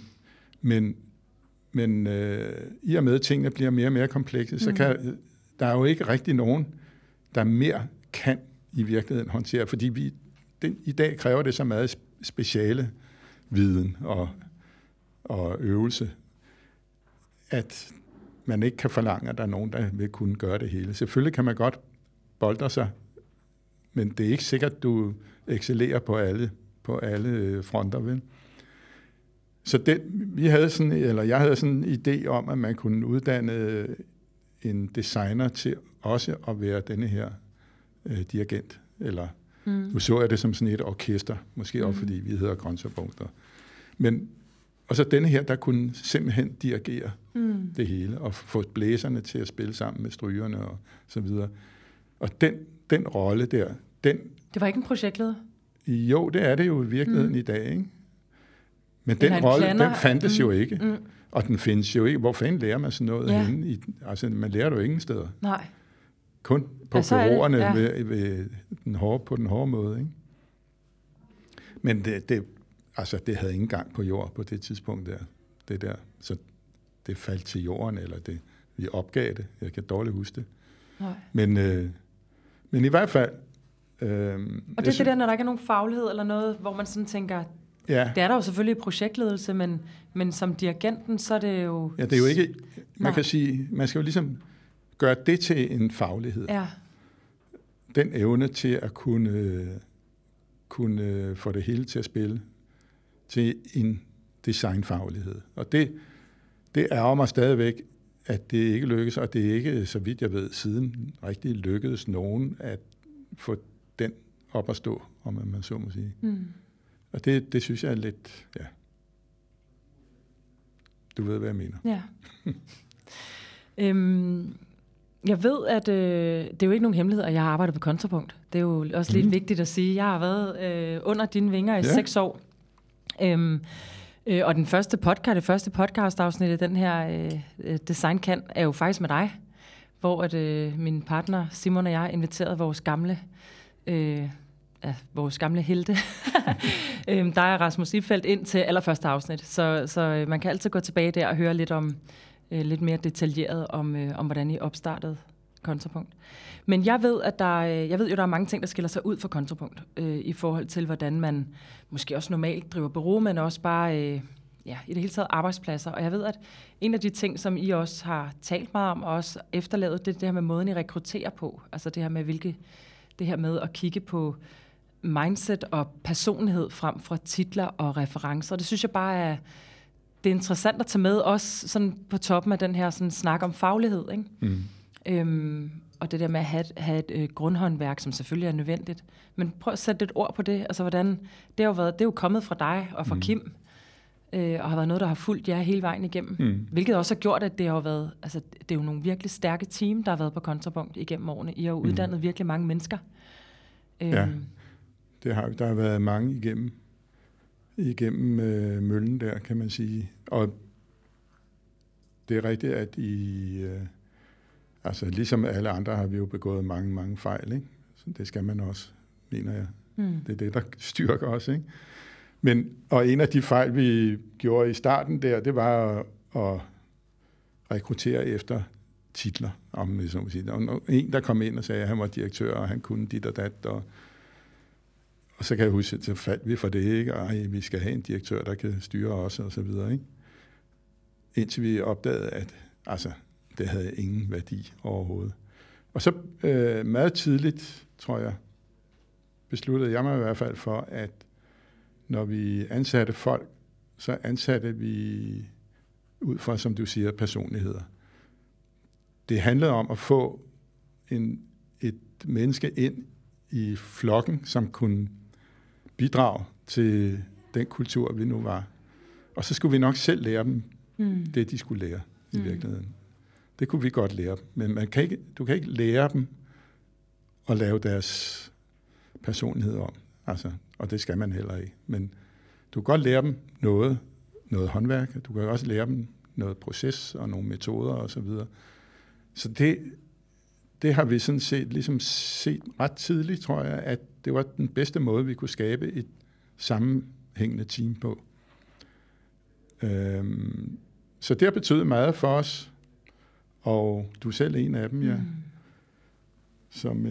Men i og med, at tingene bliver mere og mere komplekse, så kan der er jo ikke rigtig nogen, der mere kan i virkeligheden håndtere, fordi i dag kræver det så meget speciale viden og øvelse, at man ikke kan forlange, at der er nogen, der vil kunne gøre det hele. Selvfølgelig kan man godt boltre sig, men det er ikke sikkert, at du excellerer på alle fronter, vel? Så jeg havde sådan en idé om, at man kunne uddanne en designer til også at være denne her dirigent. Eller nu så jeg det som sådan et orkester, måske også fordi vi hedder Grøntsagspunkter. Og så denne her, der kunne simpelthen dirigere det hele, og få blæserne til at spille sammen med strygerne og så videre. Og den rolle der, Det var ikke en projektleder? Jo, det er det jo i virkeligheden i dag, ikke? Men den rolle, den fandtes jo ikke. Og den findes jo ikke. Hvor fanden lærer man sådan noget henne? Altså, man lærer det jo ingen steder. Nej. Kun på bureauerne ved på den hårde måde, ikke? Men det havde ingen gang på jord på det tidspunkt der. Så det faldt til jorden, eller vi opgav det. Jeg kan dårligt huske det. Nej. Men i hvert fald... og det er det der, når der ikke er nogen faglighed eller noget, hvor man sådan tænker, det er der jo selvfølgelig projektledelse, men som dirigenten, så er det jo... Ja, det er jo ikke... Man kan sige, man skal jo ligesom gøre det til en faglighed. Ja. Den evne til at kunne få det hele til at spille til en designfaglighed. Og det ærger mig stadigvæk, at det ikke lykkes, og det er ikke, så vidt jeg ved, siden rigtig lykkedes nogen at få den op at stå, om man så må sige. Og det synes jeg er lidt, du ved, hvad jeg mener. Ja. Jeg ved, at det er jo ikke nogen hemmelighed, at jeg har arbejdet på Kontrapunkt. Det er jo også lidt vigtigt at sige. Jeg har været under dine vinger i 6 år. Og det første podcast-afsnit af den her Design Kan er jo faktisk med dig, hvor min partner Simon og jeg inviterede vores gamle helte, dig og Rasmus Ifeldt, ind til allerførste afsnit. Så man kan altid gå tilbage der og høre lidt mere detaljeret om hvordan I opstartede Kontrapunkt. Men jeg ved, at der er mange ting, der skiller sig ud fra Kontrapunkt i forhold til, hvordan man måske også normalt driver bureau, men også bare i det hele taget arbejdspladser. Og jeg ved, at en af de ting, som I også har talt meget om og også efterlavet, det her med måden, I rekrutterer på. Altså det her med at kigge på mindset og personlighed frem for titler og referencer. Det synes jeg bare det er interessant at tage med, også sådan på toppen af den her sådan snak om faglighed, ikke? Og det der med at have et grundhåndværk, som selvfølgelig er nødvendigt. Men prøv at sætte et ord på det. Altså hvordan det er jo kommet fra dig og fra Kim, og har været noget, der har fulgt jer hele vejen igennem. Hvilket også har gjort, at det har været, altså det er jo nogle virkelig stærke team, der har været på Kontrapunkt igennem årene. I har jo uddannet virkelig mange mennesker. Ja, der har været mange igennem møllen der, kan man sige. Og det er rigtigt, at altså ligesom alle andre har vi jo begået mange, mange fejl, ikke? Så det skal man også, mener jeg. Det er det, der styrker os, ikke? Og en af de fejl, vi gjorde i starten der, det var at rekruttere efter titler, om det så må sige. Og en, der kom ind og sagde, at han var direktør, og han kunne dit og dat, og så kan jeg huske, så faldt vi for det, ikke? Og vi skal have en direktør, der kan styre os, og så videre, ikke? Indtil vi opdagede, at det havde ingen værdi overhovedet. Og så meget tidligt, tror jeg, besluttede jeg mig i hvert fald for, at når vi ansatte folk, så ansatte vi ud fra, som du siger, personligheder. Det handlede om at få et menneske ind i flokken, som kunne bidrage til den kultur, vi nu var. Og så skulle vi nok selv lære dem det, de skulle lære i virkeligheden. Det kunne vi godt lære dem. Men du kan ikke lære dem at lave deres personlighed om. Altså, og det skal man heller ikke. Men du kan godt lære dem noget håndværk. Du kan også lære dem noget proces og nogle metoder og så videre. Så det har vi sådan set ligesom set ret tidligt, tror jeg, at det var den bedste måde, vi kunne skabe et sammenhængende team på. Så det har betydet meget for os, og du er selv en af dem, ja. Som,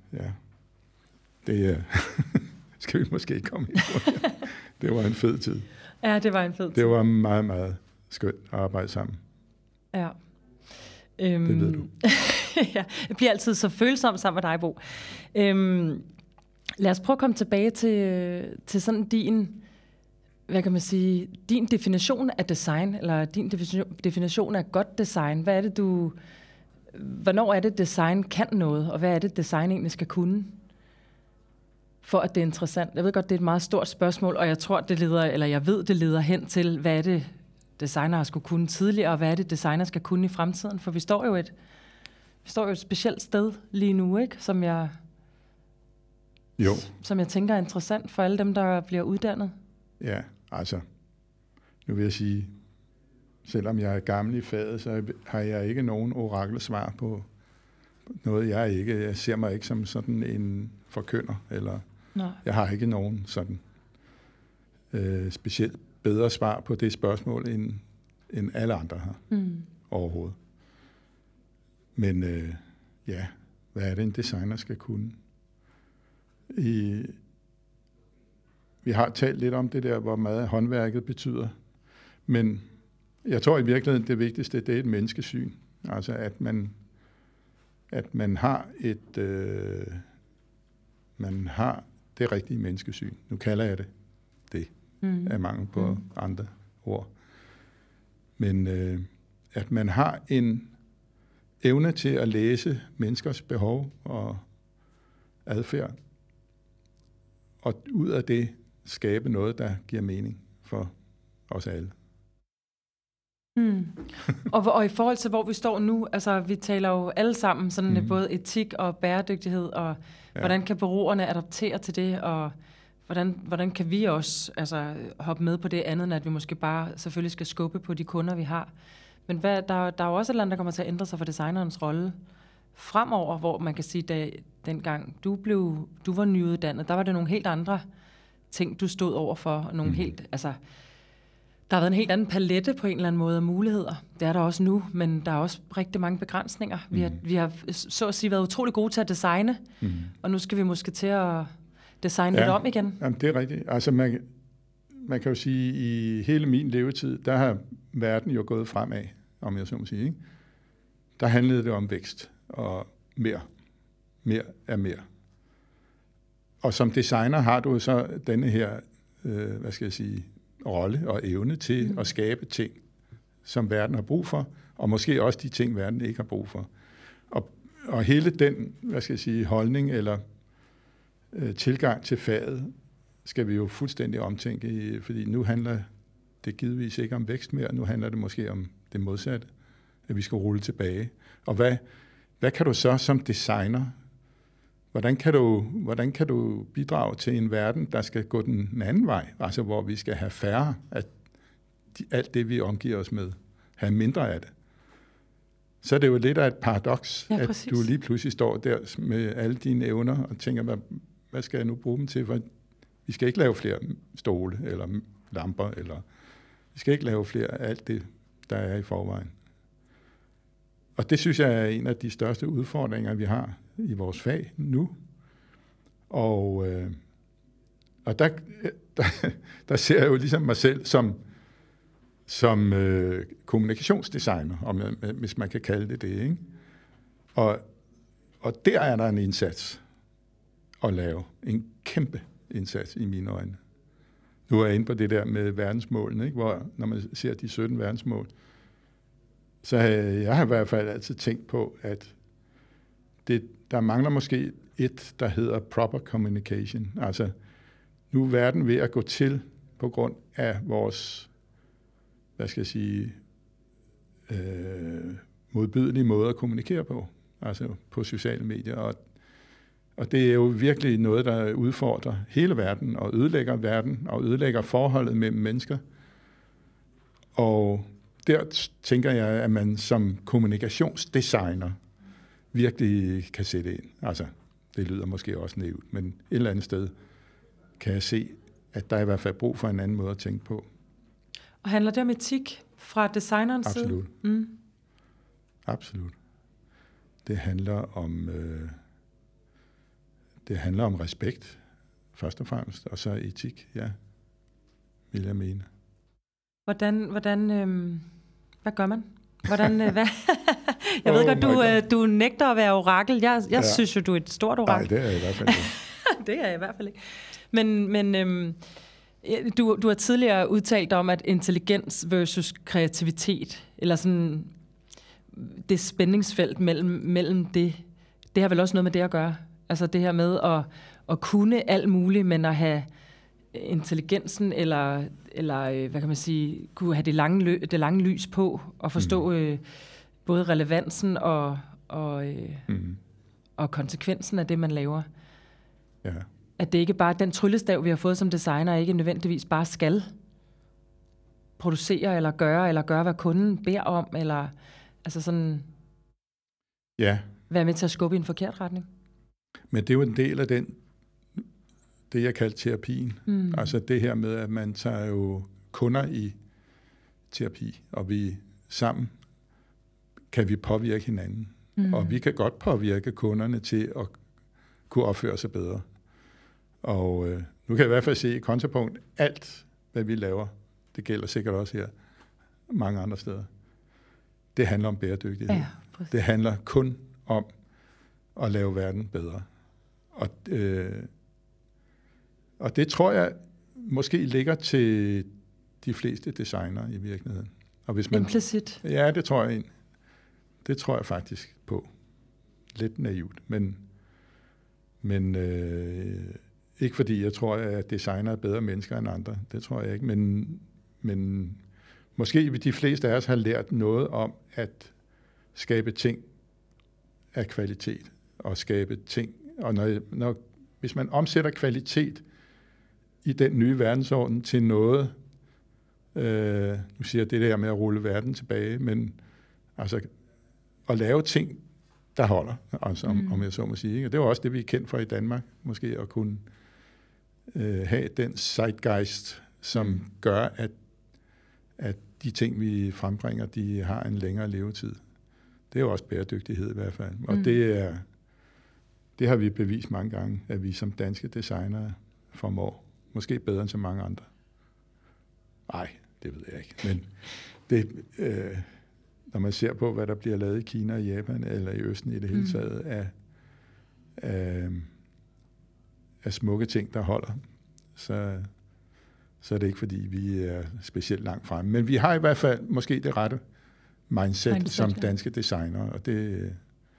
det skal vi måske ikke komme ind på. Det var en fed tid. Ja, det var en fed tid. Det var meget, meget skønt at arbejde sammen. Ja. Det ved du. Ja, jeg bliver altid så følsom sammen med dig, Bo. Lad os prøve at komme tilbage til sådan din, hvad kan man sige, din definition af design, eller din definition af godt design. Hvad er det, hvornår er det, design kan noget, og hvad er det, design egentlig skal kunne, for at det er interessant? Jeg ved godt, det er et meget stort spørgsmål, og jeg tror, jeg ved, det leder hen til, hvad er det, designer skulle kunne tidligere, og hvad er det, designer skal kunne i fremtiden? For vi står jo et specielt sted lige nu, ikke? Som jeg tænker er interessant for alle dem, der bliver uddannet. Ja, altså, nu vil jeg sige, selvom jeg er gammel i faget, så har jeg ikke nogen orakelsvar på noget, jeg ser mig ikke som sådan en forkynder, eller jeg har ikke nogen sådan specielt bedre svar på det spørgsmål, end alle andre har overhovedet. Men hvad er det, en designer skal kunne? Vi har talt lidt om det der, hvor meget håndværket betyder, men jeg tror i virkeligheden, det vigtigste, det er et menneskesyn. Altså, at man har det rigtige menneskesyn. Nu kalder jeg det af mangel på andre ord. Men at man har en evne til at læse menneskers behov og adfærd, og ud af det skabe noget, der giver mening for os alle. Og i forhold til, hvor vi står nu, altså vi taler jo alle sammen sådan både etik og bæredygtighed, og hvordan kan bureauerne adaptere til det, og hvordan kan vi også hoppe med på det andet, end at vi måske bare selvfølgelig skal skubbe på de kunder, vi har. Men der er jo også et eller andet, der kommer til at ændre sig for designerens rolle fremover, hvor man kan sige, at dengang du var nyuddannet, der var det nogle helt andre ting, du stod over for. Nogle der har været en helt anden palette på en eller anden måde af muligheder. Det er der også nu, men der er også rigtig mange begrænsninger. Vi har så at sige været utrolig gode til at designe, og nu skal vi måske til at designe lidt om igen. Jamen, det er rigtigt. Altså man kan jo sige, i hele min levetid, der har verden jo gået fremad, om jeg så må sige. Ikke? Der handlede det om vækst og mere. Mere er mere. Og som designer har du så denne her, rolle og evne til at skabe ting, som verden har brug for, og måske også de ting, verden ikke har brug for. Og hele den, holdning eller tilgang til faget, skal vi jo fuldstændig omtænke, fordi nu handler det givetvis ikke om vækst mere, nu handler det måske om det modsatte, at vi skal rulle tilbage. Og hvad kan du så som designer, hvordan kan du bidrage til en verden, der skal gå den anden vej, altså hvor vi skal have færre af alt det, vi omgiver os med, have mindre af det. Så er det jo lidt af et paradoks, at du lige pludselig står der med alle dine evner og tænker, hvad skal jeg nu bruge dem til? For vi skal ikke lave flere stole eller lamper, eller vi skal ikke lave flere af alt det, der er i forvejen. Og det synes jeg er en af de største udfordringer, vi har i vores fag nu. Og der ser jeg jo ligesom mig selv som kommunikationsdesigner, hvis man kan kalde det det. Ikke? Og der er der en indsats at lave. En kæmpe indsats i mine øjne. Nu er jeg inde på det der med verdensmålene, ikke? Hvor når man ser de 17 verdensmål, så jeg har i hvert fald altid tænkt på, at der mangler måske et, der hedder proper communication. Altså, nu er verden ved at gå til på grund af vores, modbydelige måde at kommunikere på, altså på sociale medier. Og det er jo virkelig noget, der udfordrer hele verden og ødelægger forholdet mellem mennesker. Og der tænker jeg, at man som kommunikationsdesigner virkelig kan sætte ind. Altså, det lyder måske også naivt, men et eller andet sted kan jeg se, at der er i hvert fald brug for en anden måde at tænke på. Og handler det om etik fra designerens side? Absolut. Absolut. Det handler om respekt, først og fremmest, og så etik, ja, vil jeg mene. Hvad gør man? Jeg ved godt, du nægter at være orakel. Jeg synes jo, du er et stort orakel. Nej, det er jeg i hvert fald ikke. Det er jeg i hvert fald ikke. Men du har tidligere udtalt om, at intelligens versus kreativitet, eller sådan det spændingsfelt mellem det har vel også noget med det at gøre. Altså det her med at kunne alt muligt, men at have intelligensen, eller hvad kan man sige, kunne have det lange lys på, og forstå både relevansen og konsekvensen af det, man laver. Ja. At det ikke bare den tryllestav, vi har fået som designer, ikke nødvendigvis bare skal producere eller gøre, hvad kunden beder om, eller altså sådan være med til at skubbe i en forkert retning. Men det er jo en del af det jeg kalder terapien. Altså det her med, at man tager jo kunder i terapi, og vi sammen kan vi påvirke hinanden. Og vi kan godt påvirke kunderne til at kunne opføre sig bedre. Og nu kan jeg i hvert fald se i kontrapunkt, alt hvad vi laver, det gælder sikkert også her, mange andre steder, det handler om bæredygtighed. Ja, det handler kun om at lave verden bedre. Og det tror jeg måske ligger til de fleste designere i virkeligheden. Og hvis man, implicit? Ja, det tror jeg faktisk på. Lidt naivt, men ikke fordi jeg tror, at designere er bedre mennesker end andre. Det tror jeg ikke, men måske vil de fleste af os have lært noget om at skabe ting af kvalitet, og skabe ting. Og hvis man omsætter kvalitet i den nye verdensorden til noget, nu siger jeg det der med at rulle verden tilbage, men altså at lave ting, der holder, altså, om jeg så må sige. Og det er også det, vi er kendt for i Danmark, måske at kunne have den zeitgeist, som gør, at de ting, vi frembringer, de har en længere levetid. Det er jo også bæredygtighed i hvert fald. Og det har vi bevist mange gange, at vi som danske designere formår. Måske bedre end så mange andre. Nej, det ved jeg ikke. Men det, når man ser på, hvad der bliver lavet i Kina og Japan, eller i Østen i det hele taget, af smukke ting, der holder, så er det ikke, fordi vi er specielt langt fremme. Men vi har i hvert fald måske det rette mindset som danske designere, og det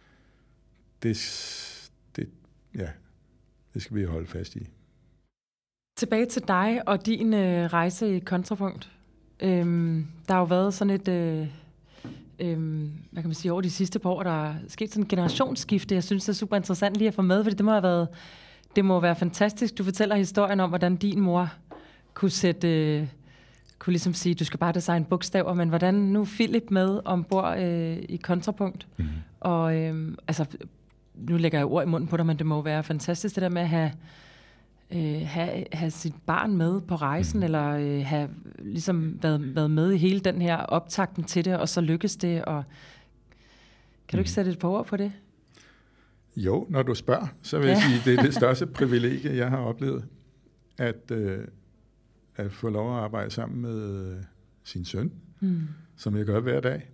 skal vi holde fast i. Tilbage til dig og din rejse i Kontrapunkt. Der har jo været sådan et, hvad kan man sige, over de sidste par år, der er sket sådan en generationsskifte. Jeg synes, det er super interessant lige at få med, fordi det må være fantastisk. Du fortæller historien om, hvordan din mor kunne ligesom sige, du skal bare designe bogstaver, men hvordan nu Philip med ombord i Kontrapunkt. Og altså, nu lægger jeg ord i munden på dig, men det må være fantastisk det der med at have sit barn med på rejsen, eller have ligesom været med i hele den her optakten til det, og så lykkes det. Og kan du ikke sætte et par ord på det? Jo, når du spørger, så vil jeg sige, det er det største privilegie, jeg har oplevet, at få lov at arbejde sammen med sin søn, som jeg gør hver dag.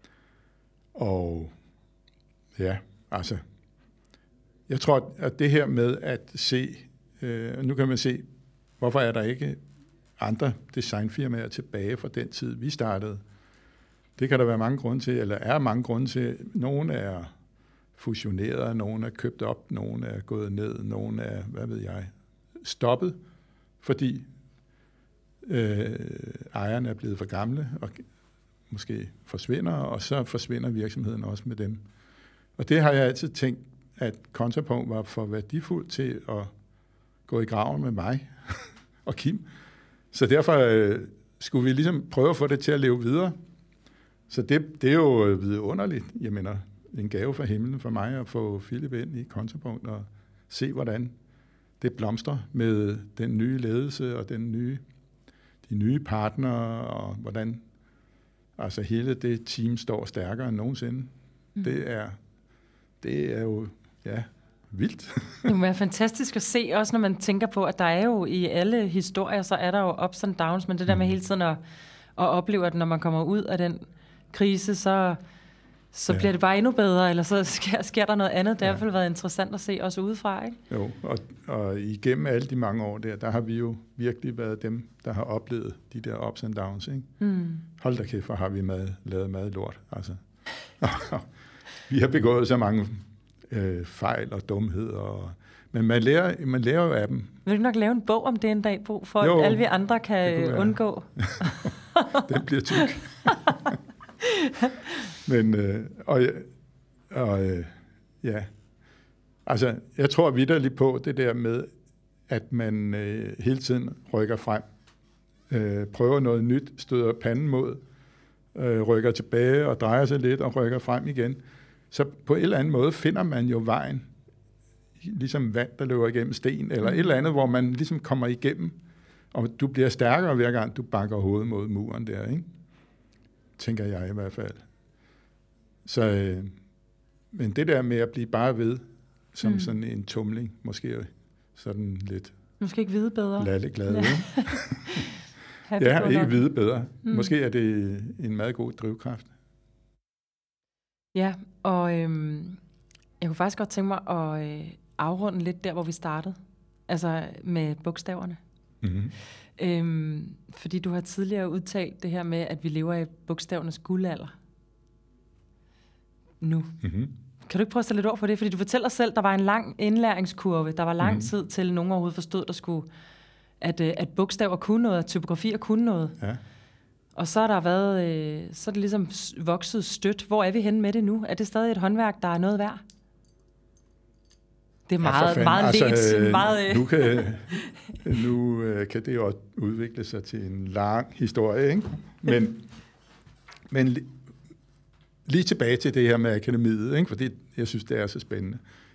Og ja, altså, jeg tror, at det her med at se, nu kan man se, hvorfor er der ikke andre designfirmaer tilbage fra den tid, vi startede. Det kan der være mange grunde til, eller er mange grunde til. Nogle er fusioneret, nogle er købt op, nogle er gået ned, nogle er, hvad ved jeg, stoppet, fordi ejerne er blevet for gamle, og måske forsvinder, og så forsvinder virksomheden også med dem. Og det har jeg altid tænkt, at Kontrapunkt var for værdifuldt til at gå i graven med mig og Kim. Så derfor skulle vi ligesom prøve at få det til at leve videre. Så det er jo vidunderligt. Jeg mener, en gave fra himlen for mig at få Philip ind i Kontrapunkt og se, hvordan det blomstrer med den nye ledelse og de nye partnere, og hvordan altså hele det team står stærkere end nogensinde. Det er jo, vildt. Det må være fantastisk at se, også når man tænker på, at der er jo i alle historier, så er der jo ups and downs, men det der med hele tiden at opleve, at når man kommer ud af den krise, så bliver det bare endnu bedre, eller så sker der noget andet. Det har i hvert fald været interessant at se også udefra, ikke? Jo, og igennem alle de mange år der har vi jo virkelig været dem, der har oplevet de der ups and downs, ikke? Hold da kæft, hvor har vi lavet mad lort, altså. Vi har begået så mange fejl og dumheder, men man lærer jo af dem. Vil du nok lave en bog om det en dag, Bo, for at alle vi andre kan undgå? Den bliver tyk. Men, altså, jeg tror vitterligt på det der med, at man hele tiden rykker frem, prøver noget nyt, støder panden mod, rykker tilbage og drejer sig lidt og rykker frem igen. Så på en eller anden måde finder man jo vejen, ligesom vand, der løber igennem sten, eller et eller andet, hvor man ligesom kommer igennem, og du bliver stærkere hver gang, du banker hovedet mod muren der, ikke? Tænker jeg i hvert fald. Så, men det der med at blive bare ved, som sådan en tumling, måske sådan lidt... Måske ikke vide bedre. Lalleglad, ikke? Ja, ikke vide bedre. Måske er det en meget god drivkraft. Ja, og jeg kunne faktisk godt tænke mig at afrunde lidt der, hvor vi startede. Altså med bogstaverne. Fordi du har tidligere udtalt det her med, at vi lever i bogstavernes guldalder. Nu. Kan du ikke prøve at sætte lidt ord på det? Fordi du fortæller selv, der var en lang indlæringskurve. Der var lang tid til, nogen overhovedet forstod, at bogstaver kunne noget, at typografier kunne noget. Ja. Og så har der været, så er det ligesom vokset stødt. Hvor er vi henne med det nu? Er det stadig et håndværk, der er noget værd? Det er meget let. Nu kan det jo udvikle sig til en lang historie, ikke? Men lige tilbage til det her med akademiet, ikke? Fordi jeg synes, det er så spændende,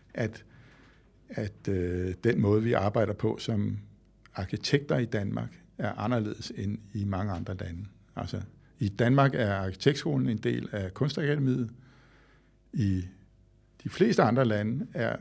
at den måde, vi arbejder på som arkitekter i Danmark, er anderledes end i mange andre lande. Altså, i Danmark er arkitektskolen en del af Kunstakademiet. I de fleste andre lande er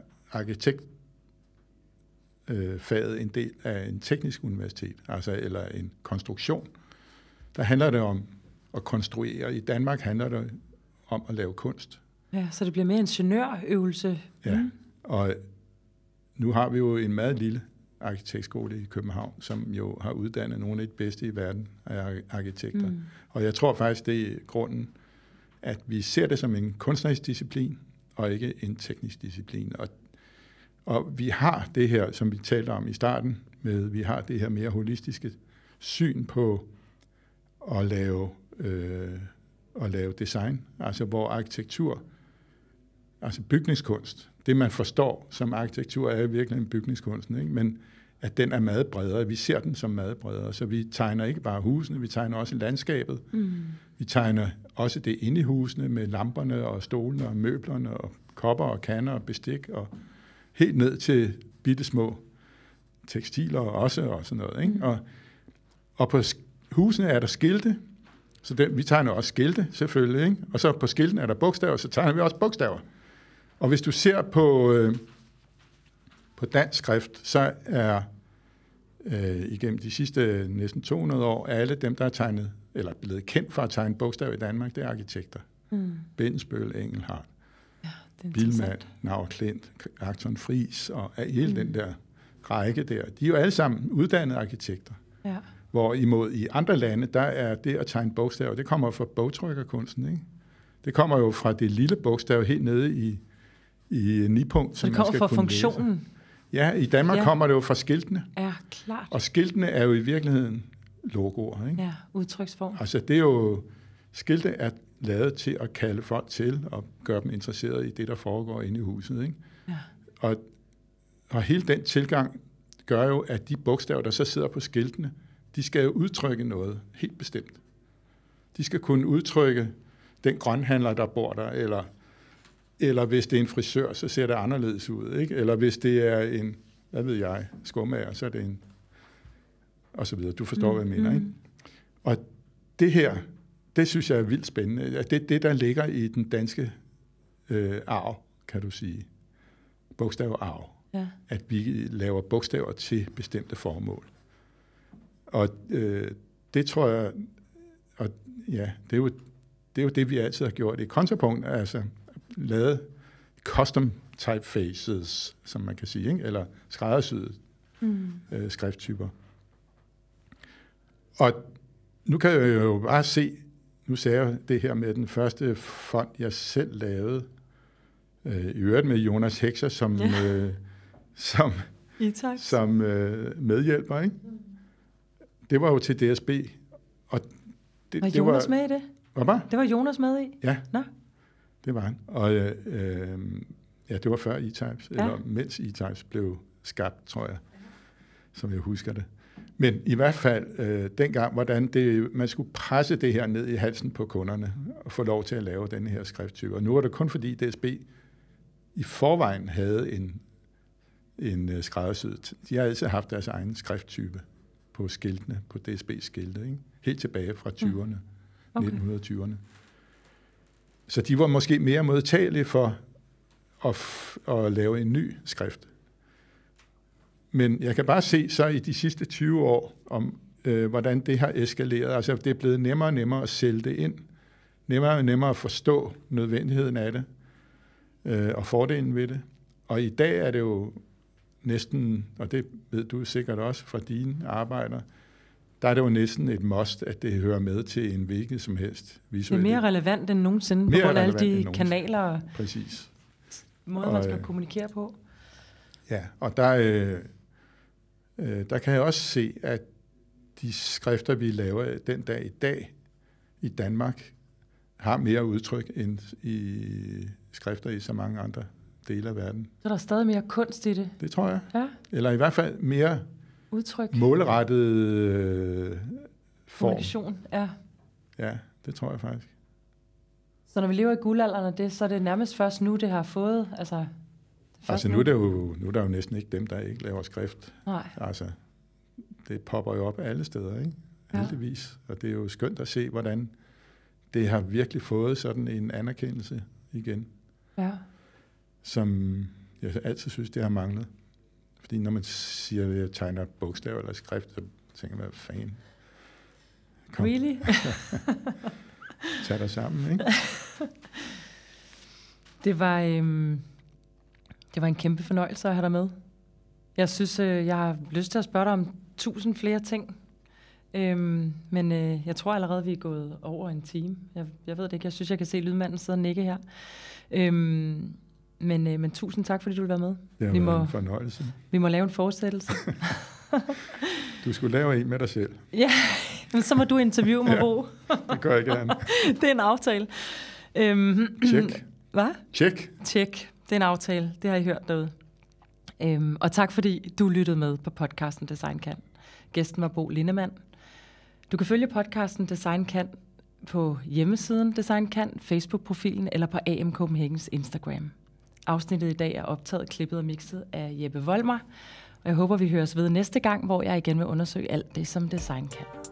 arkitektfaget en del af en teknisk universitet, altså eller en konstruktion. Der handler det om at konstruere. I Danmark handler det om at lave kunst. Ja, så det bliver mere ingeniørøvelse. Ja, og nu har vi jo en meget lille arkitektskole i København, som jo har uddannet nogle af de bedste i verden af arkitekter. Og jeg tror faktisk, det er grunden, at vi ser det som en kunstnerisk disciplin, og ikke en teknisk disciplin. Og vi har det her, som vi talte om i starten, vi har det her mere holistiske syn på at lave design, altså hvor arkitektur, altså bygningskunst, det man forstår som arkitektur er virkelig en bygningskunsten, ikke? Men at den er meget bredere. Vi ser den som meget bredere, så vi tegner ikke bare husene, vi tegner også landskabet. Vi tegner også det inde i husene med lamperne og stolene og møblerne og kopper og kander og bestik og helt ned til bittesmå tekstiler også og sådan noget, ikke? Og på husene er der skilte, så vi tegner også skilte selvfølgelig, ikke? Og så på skilten er der bogstaver, så tegner vi også bogstaver. Og hvis du ser på dansk skrift, så er igennem de sidste næsten 200 år, alle dem, der er tegnet, eller blevet kendt for at tegne bogstaver i Danmark, det er arkitekter. Bindesbøll, Engelhardt, Billmann, Naur Klint, Acton Friis og hele den der række der. De er jo alle sammen uddannede arkitekter. Ja. Hvorimod i andre lande, der er det at tegne bogstaver, det kommer fra bogtrykkerkunsten, ikke? Det kommer jo fra det lille bogstav helt nede i nipunkt. Så det kommer fra funktionen? Læse. Ja, i Danmark kommer det jo fra skiltene. Ja, klart. Og skiltene er jo i virkeligheden logoer, ikke? Ja, udtryksform. Altså det er jo Skilte er lavet til at kalde folk til og gøre dem interesserede i det, der foregår inde i huset. Ikke? Ja. Og hele den tilgang gør jo, at de bogstaver, der så sidder på skiltene, de skal jo udtrykke noget helt bestemt. De skal kunne udtrykke den grønhandler, der bor der, eller hvis det er en frisør, så ser det anderledes ud. Ikke? Eller hvis det er en, hvad ved jeg, skummager, så er det en, og så videre. Du forstår, hvad jeg mener, ikke? Og det her, det synes jeg er vildt spændende. Det, der ligger i den danske arv, kan du sige. Bogstavarv. Ja. At vi laver bogstaver til bestemte formål. Og det tror jeg, og ja, det er jo det, vi altid har gjort i kontrapunkt, altså lavet custom typefaces, som man kan sige, ikke? Eller skræddersyede skrifttyper. Og nu kan jeg jo bare se, nu sagde jeg det her med den første font, jeg selv lavede, i øvrigt med Jonas Hekser som medhjælper, ikke? Det var jo til DSB. Og var Jonas med i det? Hvad? Det var Jonas med i? Ja, Nå? Det var han. Og det var før E-Types, eller mens E-Types blev skabt, tror jeg, som jeg husker det. Men i hvert fald dengang, hvordan man skulle presse det her ned i halsen på kunderne, og få lov til at lave den her skrifttype. Og nu er det kun fordi DSB i forvejen havde en skræddersyet. De har altid haft deres egen skrifttype på skiltene, på DSB-skilte, ikke? Helt tilbage fra 20'erne, 1920'erne. Så de var måske mere modtagelige for at lave en ny skrift. Men jeg kan bare se så i de sidste 20 år, om hvordan det har eskaleret. Altså det er blevet nemmere og nemmere at sælge det ind. Nemmere og nemmere at forstå nødvendigheden af det, og fordelen ved det. Og i dag er det jo næsten, og det ved du sikkert også fra dine arbejder, der er det jo næsten et must, at det hører med til en hvilken som helst visuel. Det er mere relevant end nogensinde, på grund af alle de kanaler og måder, man skal kommunikere på. Ja, og der kan jeg også se, at de skrifter, vi laver den dag i dag i Danmark, har mere udtryk end i skrifter i så mange andre dele af verden. Så der er stadig mere kunst i det? Det tror jeg. Ja. Eller i hvert fald mere udtryk. Målrettet form. Kommunikation, ja. Ja, det tror jeg faktisk. Så når vi lever i guldalderen af det, så er det nærmest først nu, det har fået, altså nu er der jo næsten ikke dem, der ikke laver skrift. Nej. Altså, det popper jo op alle steder, ikke? Heldigvis. Og det er jo skønt at se, hvordan det har virkelig fået sådan en anerkendelse igen. Ja. Som jeg altid synes, det har manglet. Fordi når man siger, at jeg tegner bogstaver eller skrift, så tænker man, hvad fanden? Really? Tag dig sammen, ikke? Det var en kæmpe fornøjelse at have dig med. Jeg synes, jeg har lyst til at spørge dig om 1000 flere ting. Men jeg tror allerede, vi er gået over en time. Jeg ved det ikke. Jeg synes, jeg kan se lydmanden sidde og nikke her. Men tusind tak, fordi du vil være med. Det var en fornøjelse. Vi må lave en fortsættelse. Du skulle lave en med dig selv. Ja, men så må du interviewe mig, Bo. Det gør jeg gerne. Det er en aftale. Tjek. Hvad? Tjek. Det er en aftale. Det har I hørt derude. Og tak, fordi du lyttede med på podcasten Design Kan. Gæsten var Bo Lindemann. Du kan følge podcasten Design Kan på hjemmesiden Design Kan, Facebook-profilen eller på AM Copenhagens Instagram. Afsnittet i dag er optaget, klippet og mixet af Jeppe Vollmer. Og jeg håber, vi høres ved næste gang, hvor jeg igen vil undersøge alt det, som design kan.